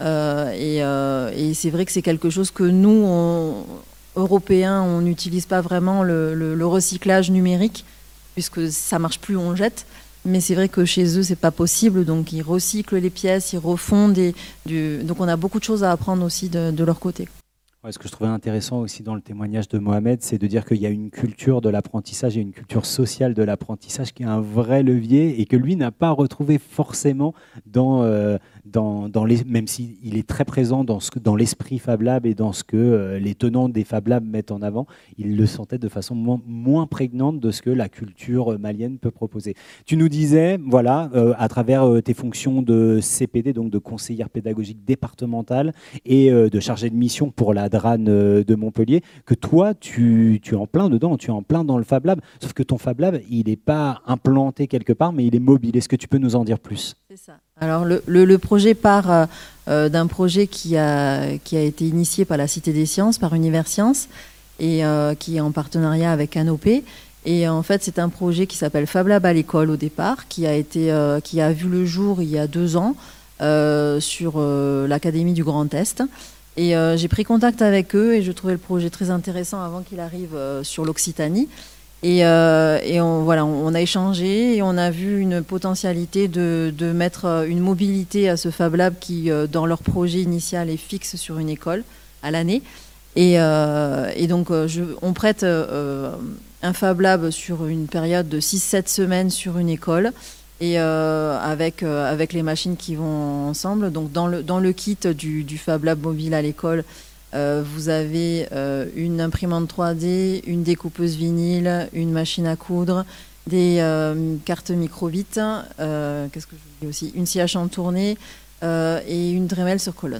et c'est vrai que c'est quelque chose que nous, Européens, on n'utilise pas vraiment le recyclage numérique puisque ça marche plus, on jette. Mais c'est vrai que chez eux, c'est pas possible. Donc ils recyclent les pièces, ils refont donc on a beaucoup de choses à apprendre aussi de leur côté. Ce que je trouvais intéressant aussi dans le témoignage de Mohamed, c'est de dire qu'il y a une culture de l'apprentissage et une culture sociale de l'apprentissage qui est un vrai levier et que lui n'a pas retrouvé forcément dans même s'il est très présent dans l'esprit Fab Lab et dans ce que les tenants des Fab Labs mettent en avant, il le sentait de façon moins prégnante de ce que la culture malienne peut proposer. Tu nous disais, voilà, à travers tes fonctions de CPD, donc de conseillère pédagogique départementale et de chargée de mission pour la DRAN de Montpellier, que toi, tu es en plein dedans, tu es en plein dans le Fab Lab, sauf que ton Fab Lab, il n'est pas implanté quelque part, mais il est mobile. Est-ce que tu peux nous en dire plus ? C'est ça. Alors le projet part d'un projet qui a été initié par la Cité des Sciences, par Univers Sciences, et qui est en partenariat avec Canopé. Et en fait, c'est un projet qui s'appelle Fab Lab à l'école au départ, qui a vu le jour il y a 2 ans sur l'Académie du Grand Est. Et j'ai pris contact avec eux et je trouvais le projet très intéressant avant qu'il arrive sur l'Occitanie. Et on a échangé et on a vu une potentialité de mettre une mobilité à ce Fab Lab qui, dans leur projet initial, est fixe sur une école à l'année. Et donc, on prête un Fab Lab sur une période de 6-7 semaines sur une école et avec les machines qui vont ensemble. Donc, dans le kit du Fab Lab mobile à l'école, vous avez une imprimante 3D, une découpeuse vinyle, une machine à coudre, des cartes microbit, qu'est-ce que je dis aussi, une scie à champ tournée et une Dremel sur colonne.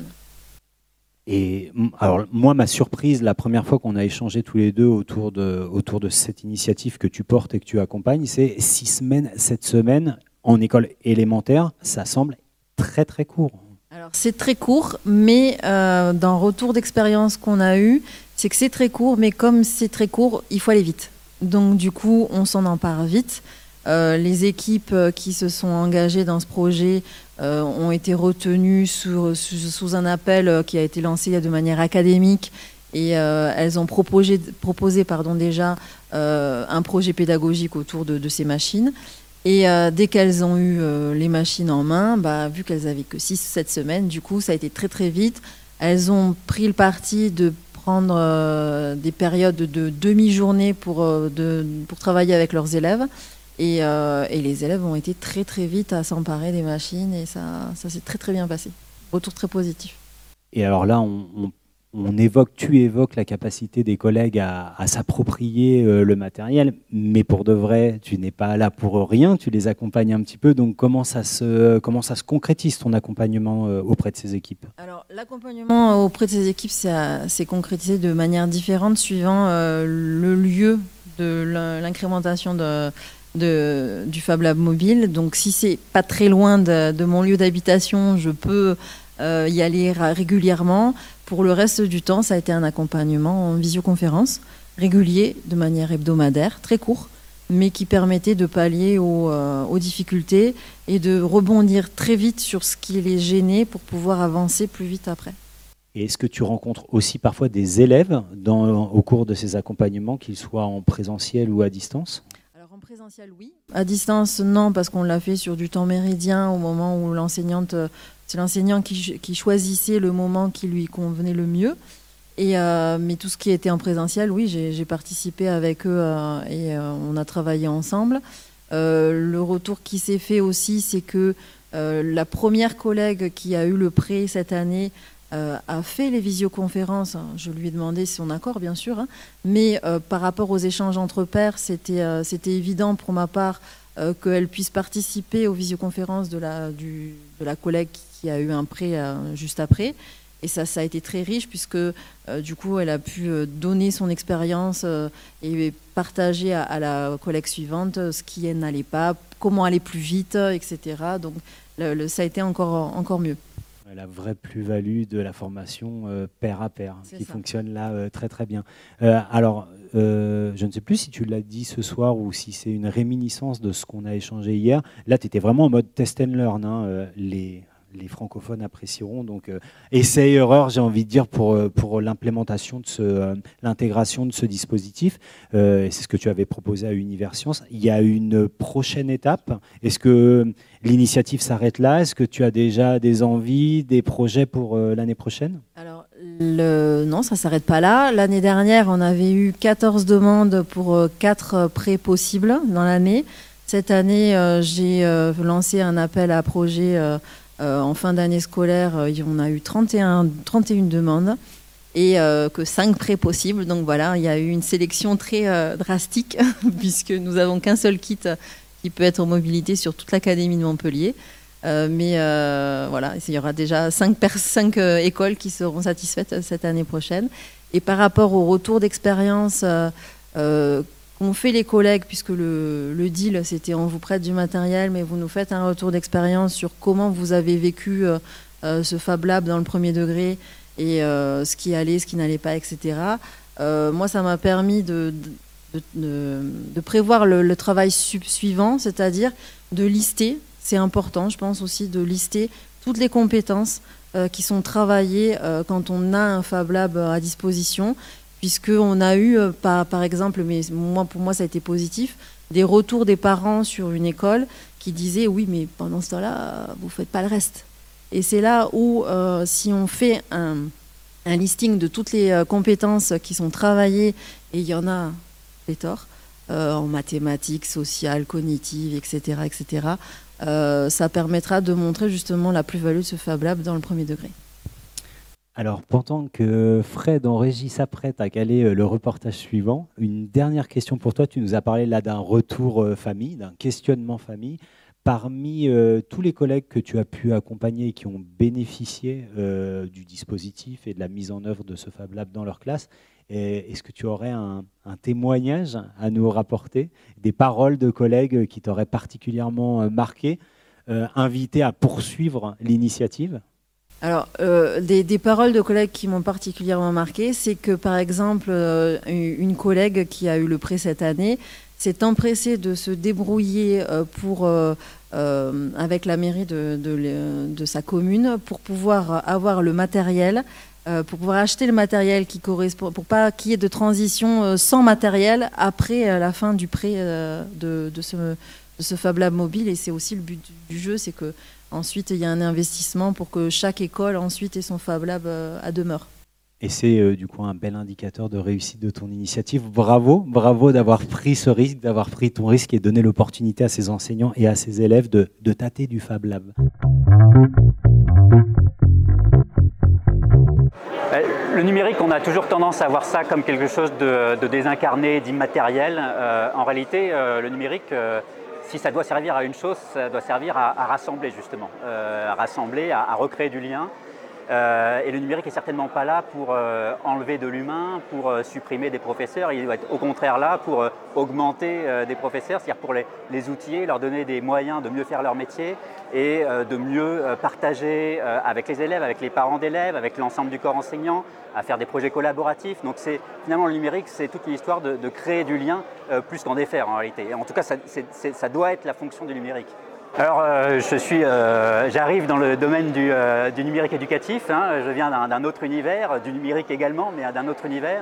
Et alors moi, ma surprise, la première fois qu'on a échangé tous les deux autour de cette initiative que tu portes et que tu accompagnes, c'est 6 semaines, 7 semaines en école élémentaire. Ça semble très très court. Alors c'est très court, mais dans retour d'expérience qu'on a eu, c'est que c'est très court, mais comme c'est très court, il faut aller vite. Donc du coup, on s'en empare vite. Les équipes qui se sont engagées dans ce projet ont été retenues sous un appel qui a été lancé de manière académique et elles ont proposé déjà un projet pédagogique autour de ces machines. Et dès qu'elles ont eu les machines en main, vu qu'elles n'avaient que 6-7 semaines, du coup, ça a été très très vite. Elles ont pris le parti de prendre des périodes de demi-journée pour travailler avec leurs élèves. Et les élèves ont été très très vite à s'emparer des machines et ça s'est très très bien passé. Retour très positif. Et alors là, tu évoques la capacité des collègues à s'approprier le matériel, mais pour de vrai, tu n'es pas là pour rien, tu les accompagnes un petit peu. Donc comment ça se concrétise ton accompagnement auprès de ces équipes ? Alors l'accompagnement auprès de ces équipes, c'est concrétisé de manière différente suivant le lieu de l'incrémentation du Fab Lab mobile. Donc si c'est pas très loin de mon lieu d'habitation, je peux y aller régulièrement. Pour le reste du temps, ça a été un accompagnement en visioconférence régulier, de manière hebdomadaire, très court, mais qui permettait de pallier aux difficultés et de rebondir très vite sur ce qui les gênait pour pouvoir avancer plus vite après. Et est-ce que tu rencontres aussi parfois des élèves au cours de ces accompagnements, qu'ils soient en présentiel ou à distance ? Alors en présentiel, oui. À distance, non, parce qu'on l'a fait sur du temps méridien au moment où c'est l'enseignant qui choisissait le moment qui lui convenait le mieux. Mais tout ce qui était en présentiel, oui, j'ai participé avec eux et on a travaillé ensemble. Le retour qui s'est fait aussi, c'est que la première collègue qui a eu le prêt cette année a fait les visioconférences. Je lui ai demandé son accord, bien sûr, mais par rapport aux échanges entre pairs, c'était évident pour ma part qu'elle puisse participer aux visioconférences de la collègue qui a eu un prêt juste après. Et ça a été très riche puisque du coup, elle a pu donner son expérience et partager à la collègue suivante ce qui n'allait pas, comment aller plus vite, etc. Donc ça a été encore mieux. La vraie plus-value de la formation pair à pair, qui fonctionne là très très bien. Alors, je ne sais plus si tu l'as dit ce soir ou si c'est une réminiscence de ce qu'on a échangé hier. Là, tu étais vraiment en mode test and learn. Les francophones apprécieront. Donc, essai-erreur, j'ai envie de dire, pour l'implémentation l'intégration de ce dispositif. C'est ce que tu avais proposé à Univers Sciences. Il y a une prochaine étape. Est-ce que l'initiative s'arrête là ? Est-ce que tu as déjà des envies, des projets pour l'année prochaine ? Alors, non, ça ne s'arrête pas là. L'année dernière, on avait eu 14 demandes pour 4 prêts possibles dans l'année. Cette année, j'ai lancé un appel à projet en fin d'année scolaire, on a eu 31 demandes et que 5 prêts possibles. Donc voilà, il y a eu une sélection très drastique puisque nous avons qu'un seul kit qui peut être en mobilité sur toute l'Académie de Montpellier. Mais voilà, il y aura déjà 5 écoles qui seront satisfaites cette année prochaine. Et par rapport au retour d'expérience qu'ont fait les collègues, puisque le deal, c'était on vous prête du matériel, mais vous nous faites un retour d'expérience sur comment vous avez vécu ce Fab Lab dans le premier degré et ce qui allait, ce qui n'allait pas, etc. Moi, ça m'a permis de prévoir le travail suivant, c'est-à-dire de lister. C'est important, je pense aussi, de lister toutes les compétences qui sont travaillées quand on a un Fab Lab à disposition, puisqu'on a eu, par exemple, mais pour moi ça a été positif, des retours des parents sur une école qui disaient « oui, mais pendant ce temps-là, vous ne faites pas le reste ». Et c'est là où, si on fait un listing de toutes les compétences qui sont travaillées, et il y en a pléthore, en mathématiques, sociales, cognitives, etc., etc., ça permettra de montrer justement la plus-value de ce Fab Lab dans le premier degré. Alors, pendant que Fred en régie s'apprête à caler le reportage suivant, une dernière question pour toi. Tu nous as parlé là d'un retour famille, d'un questionnement famille. Parmi tous les collègues que tu as pu accompagner et qui ont bénéficié du dispositif et de la mise en œuvre de ce Fab Lab dans leur classe, est-ce que tu aurais un témoignage à nous rapporter, des paroles de collègues qui t'auraient particulièrement marqué, invité à poursuivre l'initiative ? Alors, des paroles de collègues qui m'ont particulièrement marqué, c'est que, par exemple, une collègue qui a eu le prêt cette année s'est empressée de se débrouiller avec la mairie de sa commune pour pouvoir avoir le matériel, pour pouvoir acheter le matériel qui correspond, pour pas qu'il y ait de transition sans matériel après la fin du prêt de ce Fab Lab mobile. Et c'est aussi le but du jeu, c'est que ensuite, il y a un investissement pour que chaque école ensuite ait son Fab Lab à demeure. Et c'est du coup un bel indicateur de réussite de ton initiative. Bravo, bravo d'avoir pris ce risque, d'avoir pris ton risque et donné l'opportunité à ces enseignants et à ces élèves de tâter du Fab Lab. Le numérique, on a toujours tendance à voir ça comme quelque chose de désincarné, d'immatériel. En réalité, le numérique... si ça doit servir à une chose, ça doit servir à rassembler justement, à recréer du lien. Et le numérique n'est certainement pas là pour enlever de l'humain, pour supprimer des professeurs. Il doit être au contraire là pour augmenter des professeurs, c'est-à-dire pour les outiller, leur donner des moyens de mieux faire leur métier et de mieux partager avec les élèves, avec les parents d'élèves, avec l'ensemble du corps enseignant, à faire des projets collaboratifs. Donc finalement le numérique, c'est toute une histoire de créer du lien plus qu'en défaire en réalité. Et en tout cas, ça doit être la fonction du numérique. Alors, j'arrive dans le domaine du numérique éducatif. Hein. Je viens d'un autre univers, du numérique également, mais d'un autre univers.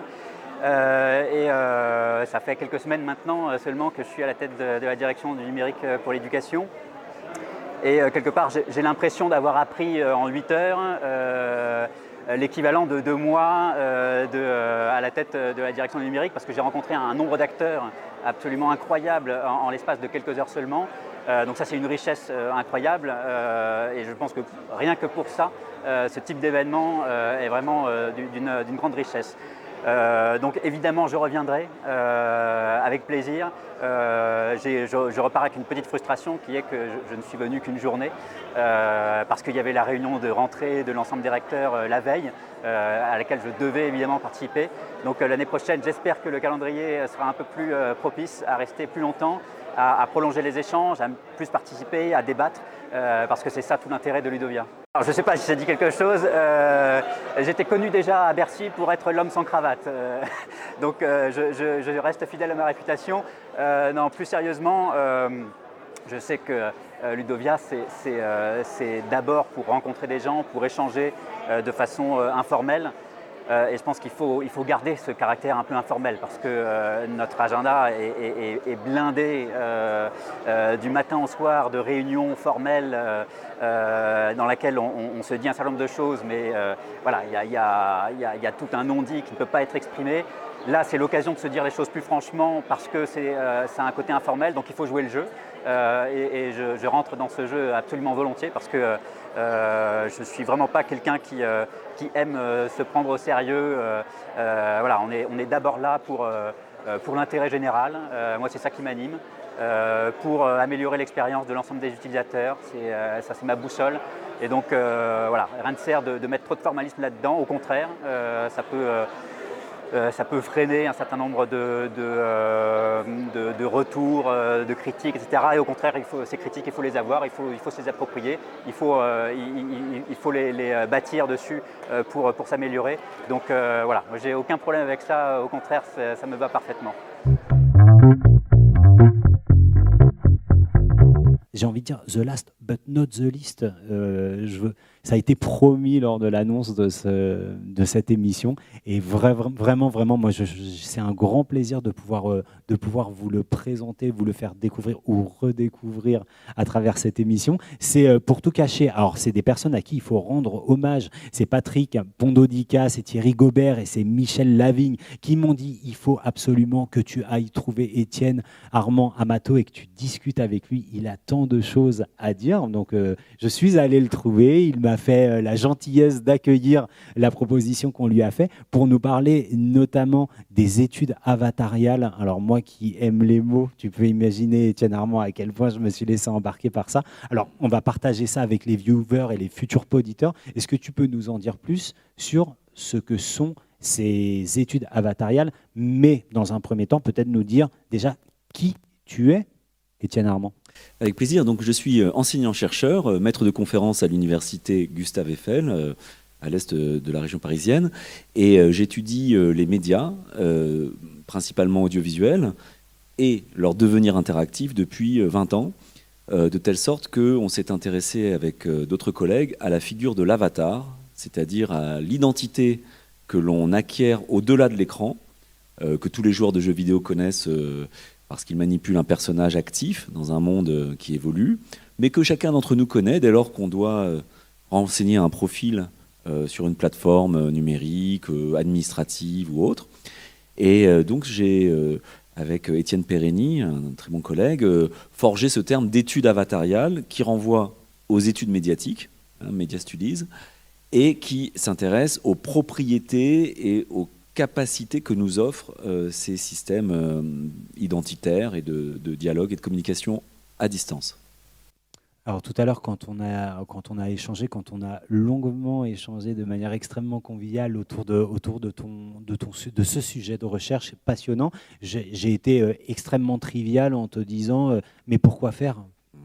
Ça fait quelques semaines maintenant seulement que je suis à la tête de la direction du numérique pour l'éducation. Et quelque part, j'ai l'impression d'avoir appris en 8 heures l'équivalent de 2 mois à la tête de la direction du numérique, parce que j'ai rencontré un nombre d'acteurs absolument incroyable en l'espace de quelques heures seulement. Donc ça, c'est une richesse incroyable et je pense que rien que pour ça, ce type d'événement est vraiment d'une grande richesse. Donc évidemment, je reviendrai avec plaisir. Je repars avec une petite frustration qui est que je ne suis venu qu'une journée parce qu'il y avait la réunion de rentrée de l'ensemble des recteurs la veille à laquelle je devais évidemment participer. Donc l'année prochaine, j'espère que le calendrier sera un peu plus propice à rester plus longtemps, à prolonger les échanges, à plus participer, à débattre, parce que c'est ça tout l'intérêt de Ludovia. Alors, je ne sais pas si ça dit quelque chose, j'étais connu déjà à Bercy pour être l'homme sans cravate, donc je reste fidèle à ma réputation. Non, plus sérieusement, je sais que Ludovia, c'est d'abord pour rencontrer des gens, pour échanger de façon informelle. Et je pense qu'il faut garder ce caractère un peu informel parce que notre agenda est blindé du matin au soir de réunions formelles dans laquelle on se dit un certain nombre de choses, mais voilà, il y a tout un non-dit qui ne peut pas être exprimé. Là, c'est l'occasion de se dire les choses plus franchement parce que ça a un côté informel, donc il faut jouer le jeu. Et je rentre dans ce jeu absolument volontiers parce que je ne suis vraiment pas quelqu'un qui aime se prendre au sérieux. Voilà, on est d'abord là pour l'intérêt général. Moi, c'est ça qui m'anime. Pour améliorer l'expérience de l'ensemble des utilisateurs. Ça, c'est ma boussole. Et donc, voilà, rien ne sert de mettre trop de formalisme là-dedans. Au contraire, ça peut freiner un certain nombre de retours, de critiques, etc. Et au contraire, ces critiques, il faut les avoir, il faut se les approprier, il faut les bâtir dessus pour s'améliorer. Donc voilà, j'ai aucun problème avec ça, au contraire, ça me va parfaitement. J'ai envie de dire the last but not the least. Ça a été promis lors de l'annonce de cette émission. Et vraiment, moi, c'est un grand plaisir de pouvoir vous le présenter, vous le faire découvrir ou redécouvrir à travers cette émission. C'est pour tout cacher. Alors, c'est des personnes à qui il faut rendre hommage. C'est Patrick Pondodica, c'est Thierry Gobert et c'est Michel Lavigne qui m'ont dit il faut absolument que tu ailles trouver Étienne Armand Amato et que tu discutes avec lui. Il a tant de choses à dire. Donc, je suis allé le trouver. Il m'a fait la gentillesse d'accueillir la proposition qu'on lui a faite pour nous parler notamment des études avatariales. Alors moi qui aime les mots, tu peux imaginer, Étienne Armand, à quel point je me suis laissé embarquer par ça. Alors on va partager ça avec les viewers et les futurs poditeurs. Est-ce que tu peux nous en dire plus sur ce que sont ces études avatariales, mais dans un premier temps, peut-être nous dire déjà qui tu es, Étienne Armand? Avec plaisir. Donc, je suis enseignant-chercheur, maître de conférence à l'université Gustave Eiffel, à l'est de la région parisienne. Et j'étudie les médias, principalement audiovisuels, et leur devenir interactif depuis 20 ans, de telle sorte qu'on s'est intéressé avec d'autres collègues à la figure de l'avatar, c'est-à-dire à l'identité que l'on acquiert au-delà de l'écran, que tous les joueurs de jeux vidéo connaissent parce qu'ils manipulent un personnage actif dans un monde qui évolue, mais que chacun d'entre nous connaît dès lors qu'on doit renseigner un profil sur une plateforme numérique, administrative ou autre. Et donc j'ai, avec Étienne Pérenny, un très bon collègue, forgé ce terme d'études avatariales qui renvoie aux études médiatiques, Media Studies, et qui s'intéresse aux propriétés et aux capacités que nous offrent ces systèmes identitaires et de dialogue et de communication à distance. Alors tout à l'heure, quand on a échangé, quand on a longuement échangé de manière extrêmement conviviale autour de ce sujet de recherche passionnant, j'ai été extrêmement trivial en te disant mais pourquoi faire ?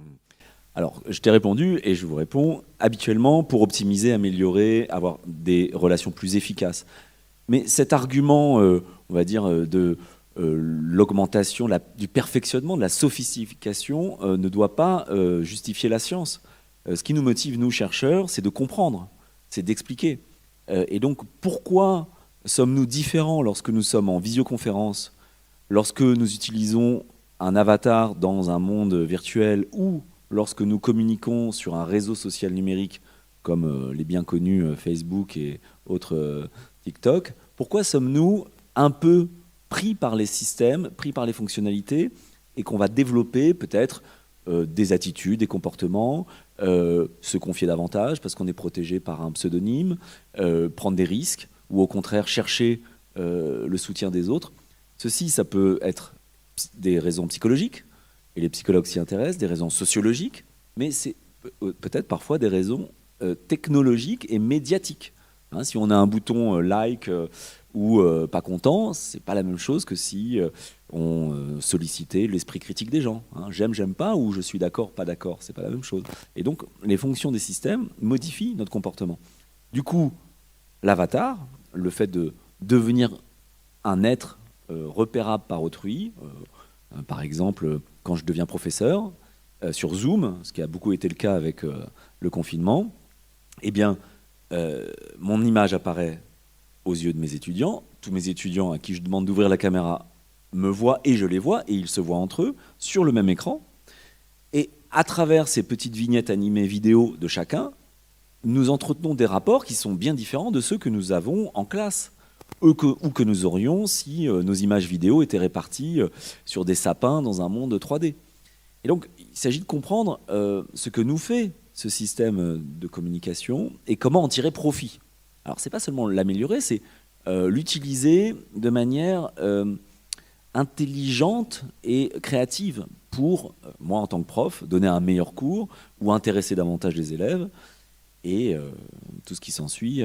Alors, je t'ai répondu et je vous réponds habituellement pour optimiser, améliorer, avoir des relations plus efficaces. Mais cet argument, on va dire, de l'augmentation, du perfectionnement, de la sophistication ne doit pas justifier la science. Ce qui nous motive, nous, chercheurs, c'est de comprendre, c'est d'expliquer. Et donc, pourquoi sommes-nous différents lorsque nous sommes en visioconférence, lorsque nous utilisons un avatar dans un monde virtuel ou lorsque nous communiquons sur un réseau social numérique comme les bien connus Facebook et autres TikTok, pourquoi sommes-nous un peu pris par les systèmes, pris par les fonctionnalités, et qu'on va développer peut-être des attitudes, des comportements, se confier davantage parce qu'on est protégé par un pseudonyme, prendre des risques, ou au contraire chercher le soutien des autres. Ceci, ça peut être des raisons psychologiques, et les psychologues s'y intéressent, des raisons sociologiques, mais c'est peut-être parfois des raisons technologiques et médiatiques. Hein, si on a un bouton like ou pas content, c'est pas la même chose que si on sollicitait l'esprit critique des gens. Hein. J'aime, j'aime pas, ou je suis d'accord, pas d'accord, c'est pas la même chose. Et donc, les fonctions des systèmes modifient notre comportement. Du coup, l'avatar, le fait de devenir un être repérable par autrui, par exemple, quand je deviens professeur, sur Zoom, ce qui a beaucoup été le cas avec le confinement, eh bien, mon image apparaît aux yeux de mes étudiants. Tous mes étudiants à qui je demande d'ouvrir la caméra me voient et je les vois, et ils se voient entre eux sur le même écran. Et à travers ces petites vignettes animées vidéo de chacun, nous entretenons des rapports qui sont bien différents de ceux que nous avons en classe, où que nous aurions si nos images vidéo étaient réparties sur des sapins dans un monde 3D. Et donc, il s'agit de comprendre ce que nous fait ce système de communication et comment en tirer profit. Alors, c'est pas seulement l'améliorer, c'est l'utiliser de manière intelligente et créative pour, moi en tant que prof, donner un meilleur cours ou intéresser davantage les élèves et tout ce qui s'ensuit,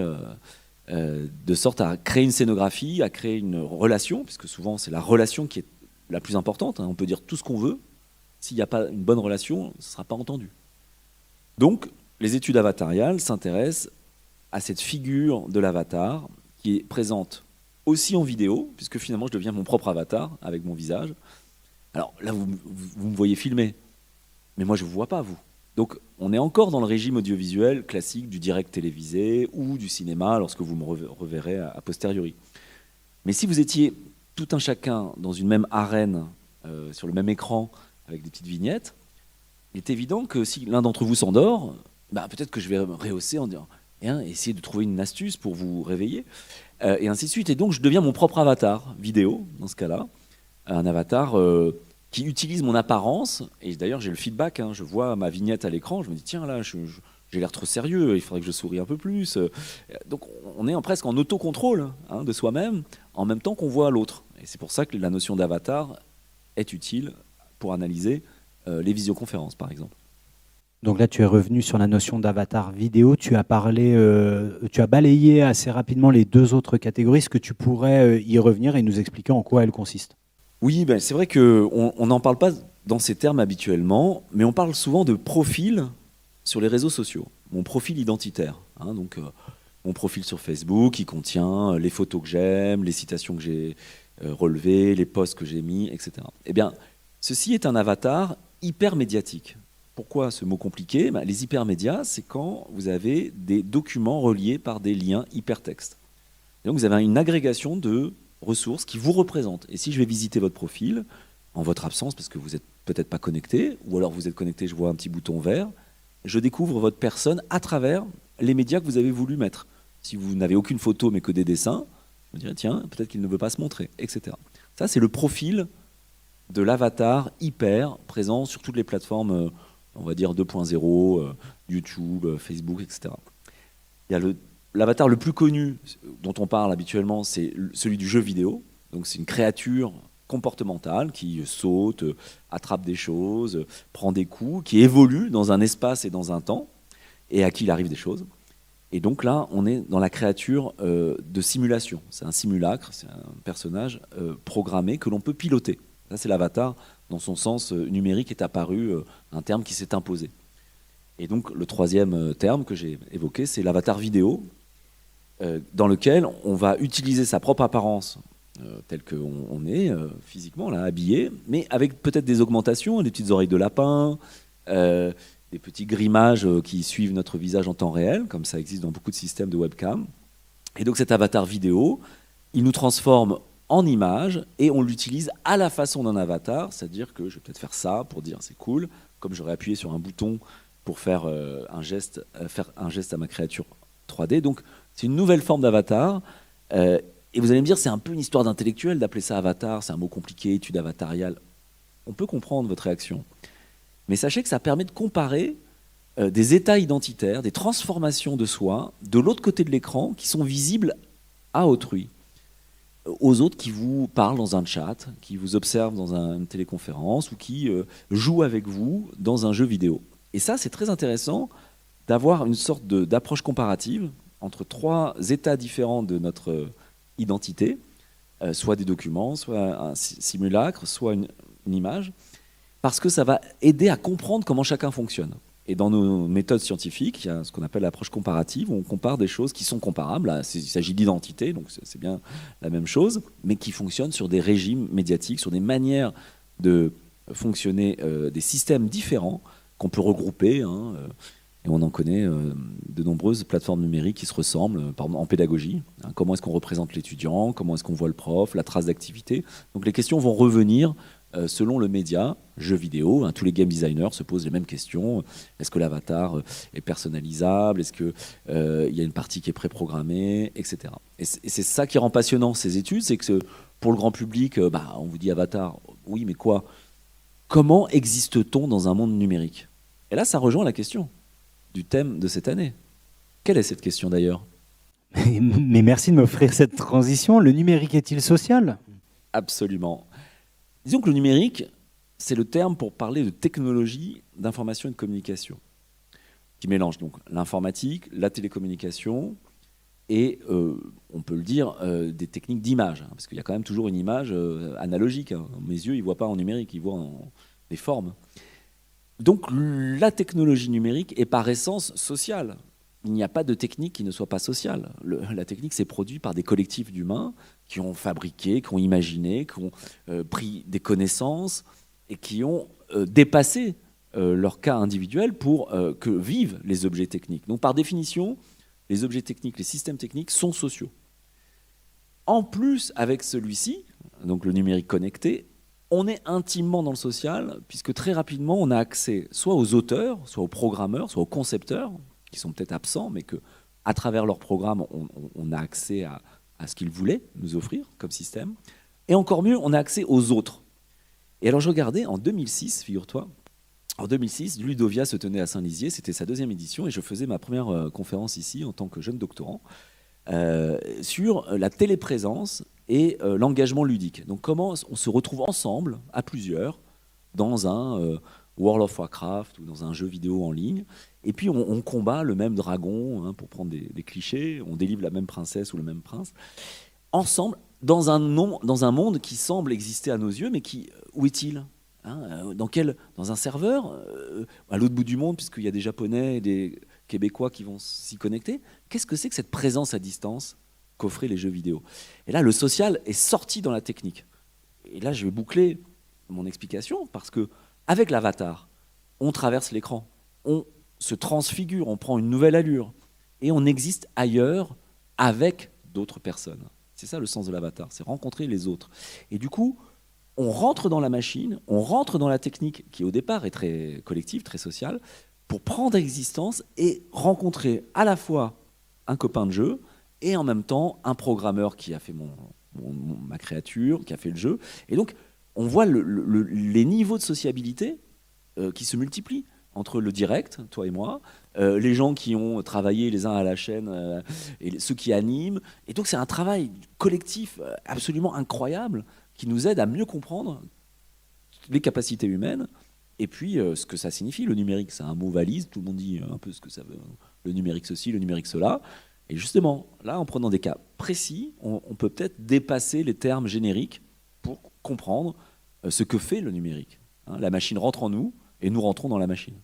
de sorte à créer une scénographie, à créer une relation, puisque souvent c'est la relation qui est la plus importante, hein. On peut dire tout ce qu'on veut, s'il n'y a pas une bonne relation, ce ne sera pas entendu. Donc, les études avatariales s'intéressent à cette figure de l'avatar qui est présente aussi en vidéo, puisque finalement je deviens mon propre avatar avec mon visage. Alors là, vous me voyez filmer, mais moi je ne vous vois pas, vous. Donc on est encore dans le régime audiovisuel classique du direct télévisé ou du cinéma lorsque vous me reverrez a posteriori. Mais si vous étiez tout un chacun dans une même arène, sur le même écran, avec des petites vignettes, il est évident que si l'un d'entre vous s'endort, peut-être que je vais me rehausser en disant essayer de trouver une astuce pour vous réveiller, et ainsi de suite. Et donc je deviens mon propre avatar vidéo, dans ce cas-là, un avatar qui utilise mon apparence, et d'ailleurs j'ai le feedback, je vois ma vignette à l'écran, je me dis tiens là, j'ai l'air trop sérieux, il faudrait que je sourie un peu plus. Donc on est presque en autocontrôle de soi-même, en même temps qu'on voit l'autre. Et c'est pour ça que la notion d'avatar est utile pour analyser les visioconférences, par exemple. Donc là, tu es revenu sur la notion d'avatar vidéo. Tu as balayé assez rapidement les deux autres catégories. Est-ce que tu pourrais y revenir et nous expliquer en quoi elles consistent ? Oui, c'est vrai qu'on n'en parle pas dans ces termes habituellement, mais on parle souvent de profil sur les réseaux sociaux. Mon profil identitaire. Donc, mon profil sur Facebook qui contient les photos que j'aime, les citations que j'ai relevées, les posts que j'ai mis, etc. Eh bien, ceci est un avatar hyper médiatique. Pourquoi ce mot compliqué ? Les hypermédias, c'est quand vous avez des documents reliés par des liens hypertextes. Et donc vous avez une agrégation de ressources qui vous représentent. Et si je vais visiter votre profil, en votre absence, parce que vous n'êtes peut-être pas connecté, ou alors vous êtes connecté, je vois un petit bouton vert, je découvre votre personne à travers les médias que vous avez voulu mettre. Si vous n'avez aucune photo mais que des dessins, je me dirais tiens, peut-être qu'il ne veut pas se montrer, etc. Ça, c'est le profil de l'avatar hyper présent sur toutes les plateformes, on va dire 2.0, YouTube, Facebook, etc. Il y a l'avatar le plus connu dont on parle habituellement, c'est celui du jeu vidéo. Donc c'est une créature comportementale qui saute, attrape des choses, prend des coups, qui évolue dans un espace et dans un temps, et à qui il arrive des choses. Et donc là, on est dans la créature de simulation. C'est un simulacre, c'est un personnage programmé que l'on peut piloter. Ça, c'est l'avatar, dans son sens numérique, est apparu un terme qui s'est imposé. Et donc, le troisième terme que j'ai évoqué, c'est l'avatar vidéo, dans lequel on va utiliser sa propre apparence telle qu'on est physiquement, là, habillé, mais avec peut-être des augmentations, des petites oreilles de lapin, des petits grimages qui suivent notre visage en temps réel, comme ça existe dans beaucoup de systèmes de webcam. Et donc, cet avatar vidéo, il nous transforme en image et on l'utilise à la façon d'un avatar, c'est-à-dire que je vais peut-être faire ça pour dire c'est cool, comme j'aurais appuyé sur un bouton pour faire un geste à ma créature 3D. Donc c'est une nouvelle forme d'avatar et vous allez me dire c'est un peu une histoire d'intellectuel d'appeler ça avatar, c'est un mot compliqué, étude avatariale. On peut comprendre votre réaction, mais sachez que ça permet de comparer des états identitaires, des transformations de soi de l'autre côté de l'écran qui sont visibles à autrui, aux autres qui vous parlent dans un chat, qui vous observent dans une téléconférence ou qui jouent avec vous dans un jeu vidéo. Et ça, c'est très intéressant d'avoir une sorte d'approche comparative entre trois états différents de notre identité, soit des documents, soit un simulacre, soit une image, parce que ça va aider à comprendre comment chacun fonctionne. Et dans nos méthodes scientifiques, il y a ce qu'on appelle l'approche comparative, où on compare des choses qui sont comparables. Là, il s'agit d'identité, donc c'est bien la même chose, mais qui fonctionnent sur des régimes médiatiques, sur des manières de fonctionner, des systèmes différents qu'on peut regrouper. Et on en connaît de nombreuses plateformes numériques qui se ressemblent, par exemple en pédagogie. Comment est-ce qu'on représente l'étudiant, comment est-ce qu'on voit le prof, la trace d'activité. Donc les questions vont revenir selon le média, jeux vidéo. Tous les game designers se posent les mêmes questions. Est-ce que l'avatar est personnalisable? Est-ce qu'il y a une partie qui est préprogrammée, etc. Et c'est ça qui rend passionnant ces études, c'est que pour le grand public, on vous dit avatar, oui, mais quoi? Comment existe-t-on dans un monde numérique? Et là, ça rejoint la question du thème de cette année. Quelle est cette question d'ailleurs? Mais merci de m'offrir cette transition. Le numérique est-il social? Absolument. Disons que le numérique, c'est le terme pour parler de technologie d'information et de communication, qui mélange donc l'informatique, la télécommunication et, on peut le dire, des techniques d'image, parce qu'il y a quand même toujours une image analogique. Mes yeux, ils ne voient pas en numérique, ils voient en des formes. Donc la technologie numérique est par essence sociale. Il n'y a pas de technique qui ne soit pas sociale. La technique, c'est produit par des collectifs d'humains qui ont fabriqué, qui ont imaginé, qui ont pris des connaissances et qui ont dépassé leur cas individuel pour que vivent les objets techniques. Donc par définition, les objets techniques, les systèmes techniques sont sociaux. En plus, avec celui-ci, donc le numérique connecté, on est intimement dans le social, puisque très rapidement, on a accès soit aux auteurs, soit aux programmeurs, soit aux concepteurs, qui sont peut-être absents, mais qu'à travers leur programme, on a accès à ce qu'ils voulaient nous offrir comme système. Et encore mieux, on a accès aux autres. Et alors je regardais, en 2006, figure-toi, en 2006, Ludovia se tenait à Saint-Lizier, c'était sa 2e édition, et je faisais ma première conférence ici en tant que jeune doctorant, sur la téléprésence et l'engagement ludique. Donc comment on se retrouve ensemble, à plusieurs, dans un World of Warcraft ou dans un jeu vidéo en ligne, et puis on combat le même dragon, pour prendre des clichés, on délivre la même princesse ou le même prince, ensemble, dans un monde qui semble exister à nos yeux, mais où est-il? Dans un serveur, à l'autre bout du monde, puisqu'il y a des Japonais et des Québécois qui vont s'y connecter. Qu'est-ce que c'est que cette présence à distance qu'offraient les jeux vidéo? Et là, le social est sorti dans la technique. Et là, je vais boucler mon explication, parce que avec l'avatar, on traverse l'écran, on se transfigure, on prend une nouvelle allure, et on existe ailleurs avec d'autres personnes. C'est ça le sens de l'avatar, c'est rencontrer les autres. Et du coup, on rentre dans la machine, on rentre dans la technique qui au départ est très collective, très sociale, pour prendre existence et rencontrer à la fois un copain de jeu et en même temps un programmeur qui a fait ma créature, qui a fait le jeu. Et donc, on voit les niveaux de sociabilité qui se multiplient entre le direct, toi et moi, les gens qui ont travaillé les uns à la chaîne et ceux qui animent. Et donc, c'est un travail collectif absolument incroyable qui nous aide à mieux comprendre les capacités humaines et puis ce que ça signifie. Le numérique, c'est un mot valise, tout le monde dit un peu ce que ça veut. Le numérique ceci, le numérique cela. Et justement, là, en prenant des cas précis, on peut peut-être dépasser les termes génériques pour comprendre ce que fait le numérique. La machine rentre en nous et nous rentrons dans la machine.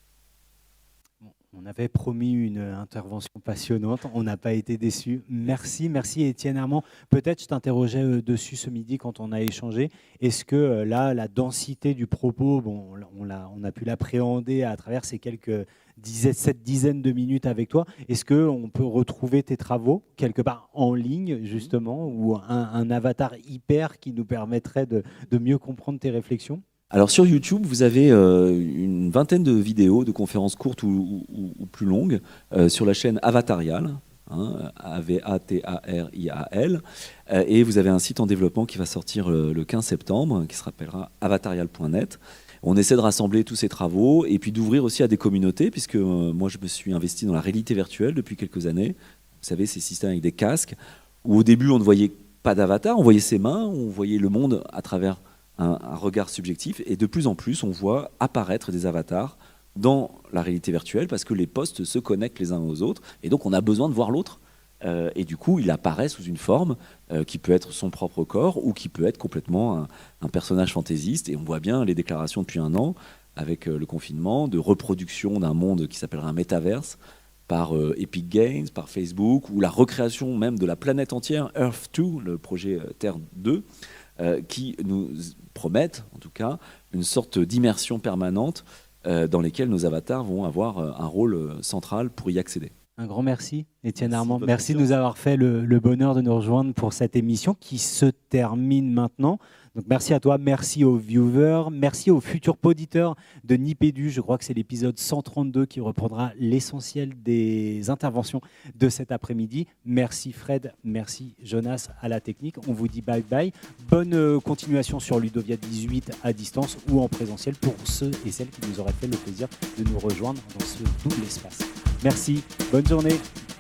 On avait promis une intervention passionnante, on n'a pas été déçus. Merci Étienne Hermand. Peut-être je t'interrogeais dessus ce midi quand on a échangé. Est-ce que là, la densité du propos, on a pu l'appréhender à travers ces cette dizaine de minutes avec toi. Est-ce qu'on peut retrouver tes travaux quelque part en ligne justement, ou un avatar hyper qui nous permettrait de mieux comprendre tes réflexions ? Alors sur YouTube, vous avez une vingtaine de vidéos, de conférences courtes ou plus longues sur la chaîne Avatarial, Avatarial, et vous avez un site en développement qui va sortir le 15 septembre, qui se rappellera avatarial.net. On essaie de rassembler tous ces travaux et puis d'ouvrir aussi à des communautés, puisque moi je me suis investi dans la réalité virtuelle depuis quelques années. Vous savez, ces systèmes avec des casques, où au début on ne voyait pas d'avatar, on voyait ses mains, on voyait le monde à travers un regard subjectif, et de plus en plus on voit apparaître des avatars dans la réalité virtuelle parce que les postes se connectent les uns aux autres et donc on a besoin de voir l'autre et du coup il apparaît sous une forme qui peut être son propre corps ou qui peut être complètement un personnage fantaisiste, et on voit bien les déclarations depuis un an avec le confinement de reproduction d'un monde qui s'appellera un métaverse par Epic Games, par Facebook, ou la recréation même de la planète entière, Earth 2, le projet Terre 2, qui nous promettent, en tout cas, une sorte d'immersion permanente dans lesquelles nos avatars vont avoir un rôle central pour y accéder. Un grand merci, Étienne Merci Armand. de votre Merci de confiance. nous avoir fait le bonheur de nous rejoindre pour cette émission qui se termine maintenant. Donc merci à toi, merci aux viewers, merci aux futurs auditeurs de Nipédu. Je crois que c'est l'épisode 132 qui reprendra l'essentiel des interventions de cet après-midi. Merci Fred, merci Jonas à la technique. On vous dit bye bye. Bonne continuation sur Ludovia 18 à distance ou en présentiel pour ceux et celles qui nous auraient fait le plaisir de nous rejoindre dans ce double espace. Merci, bonne journée.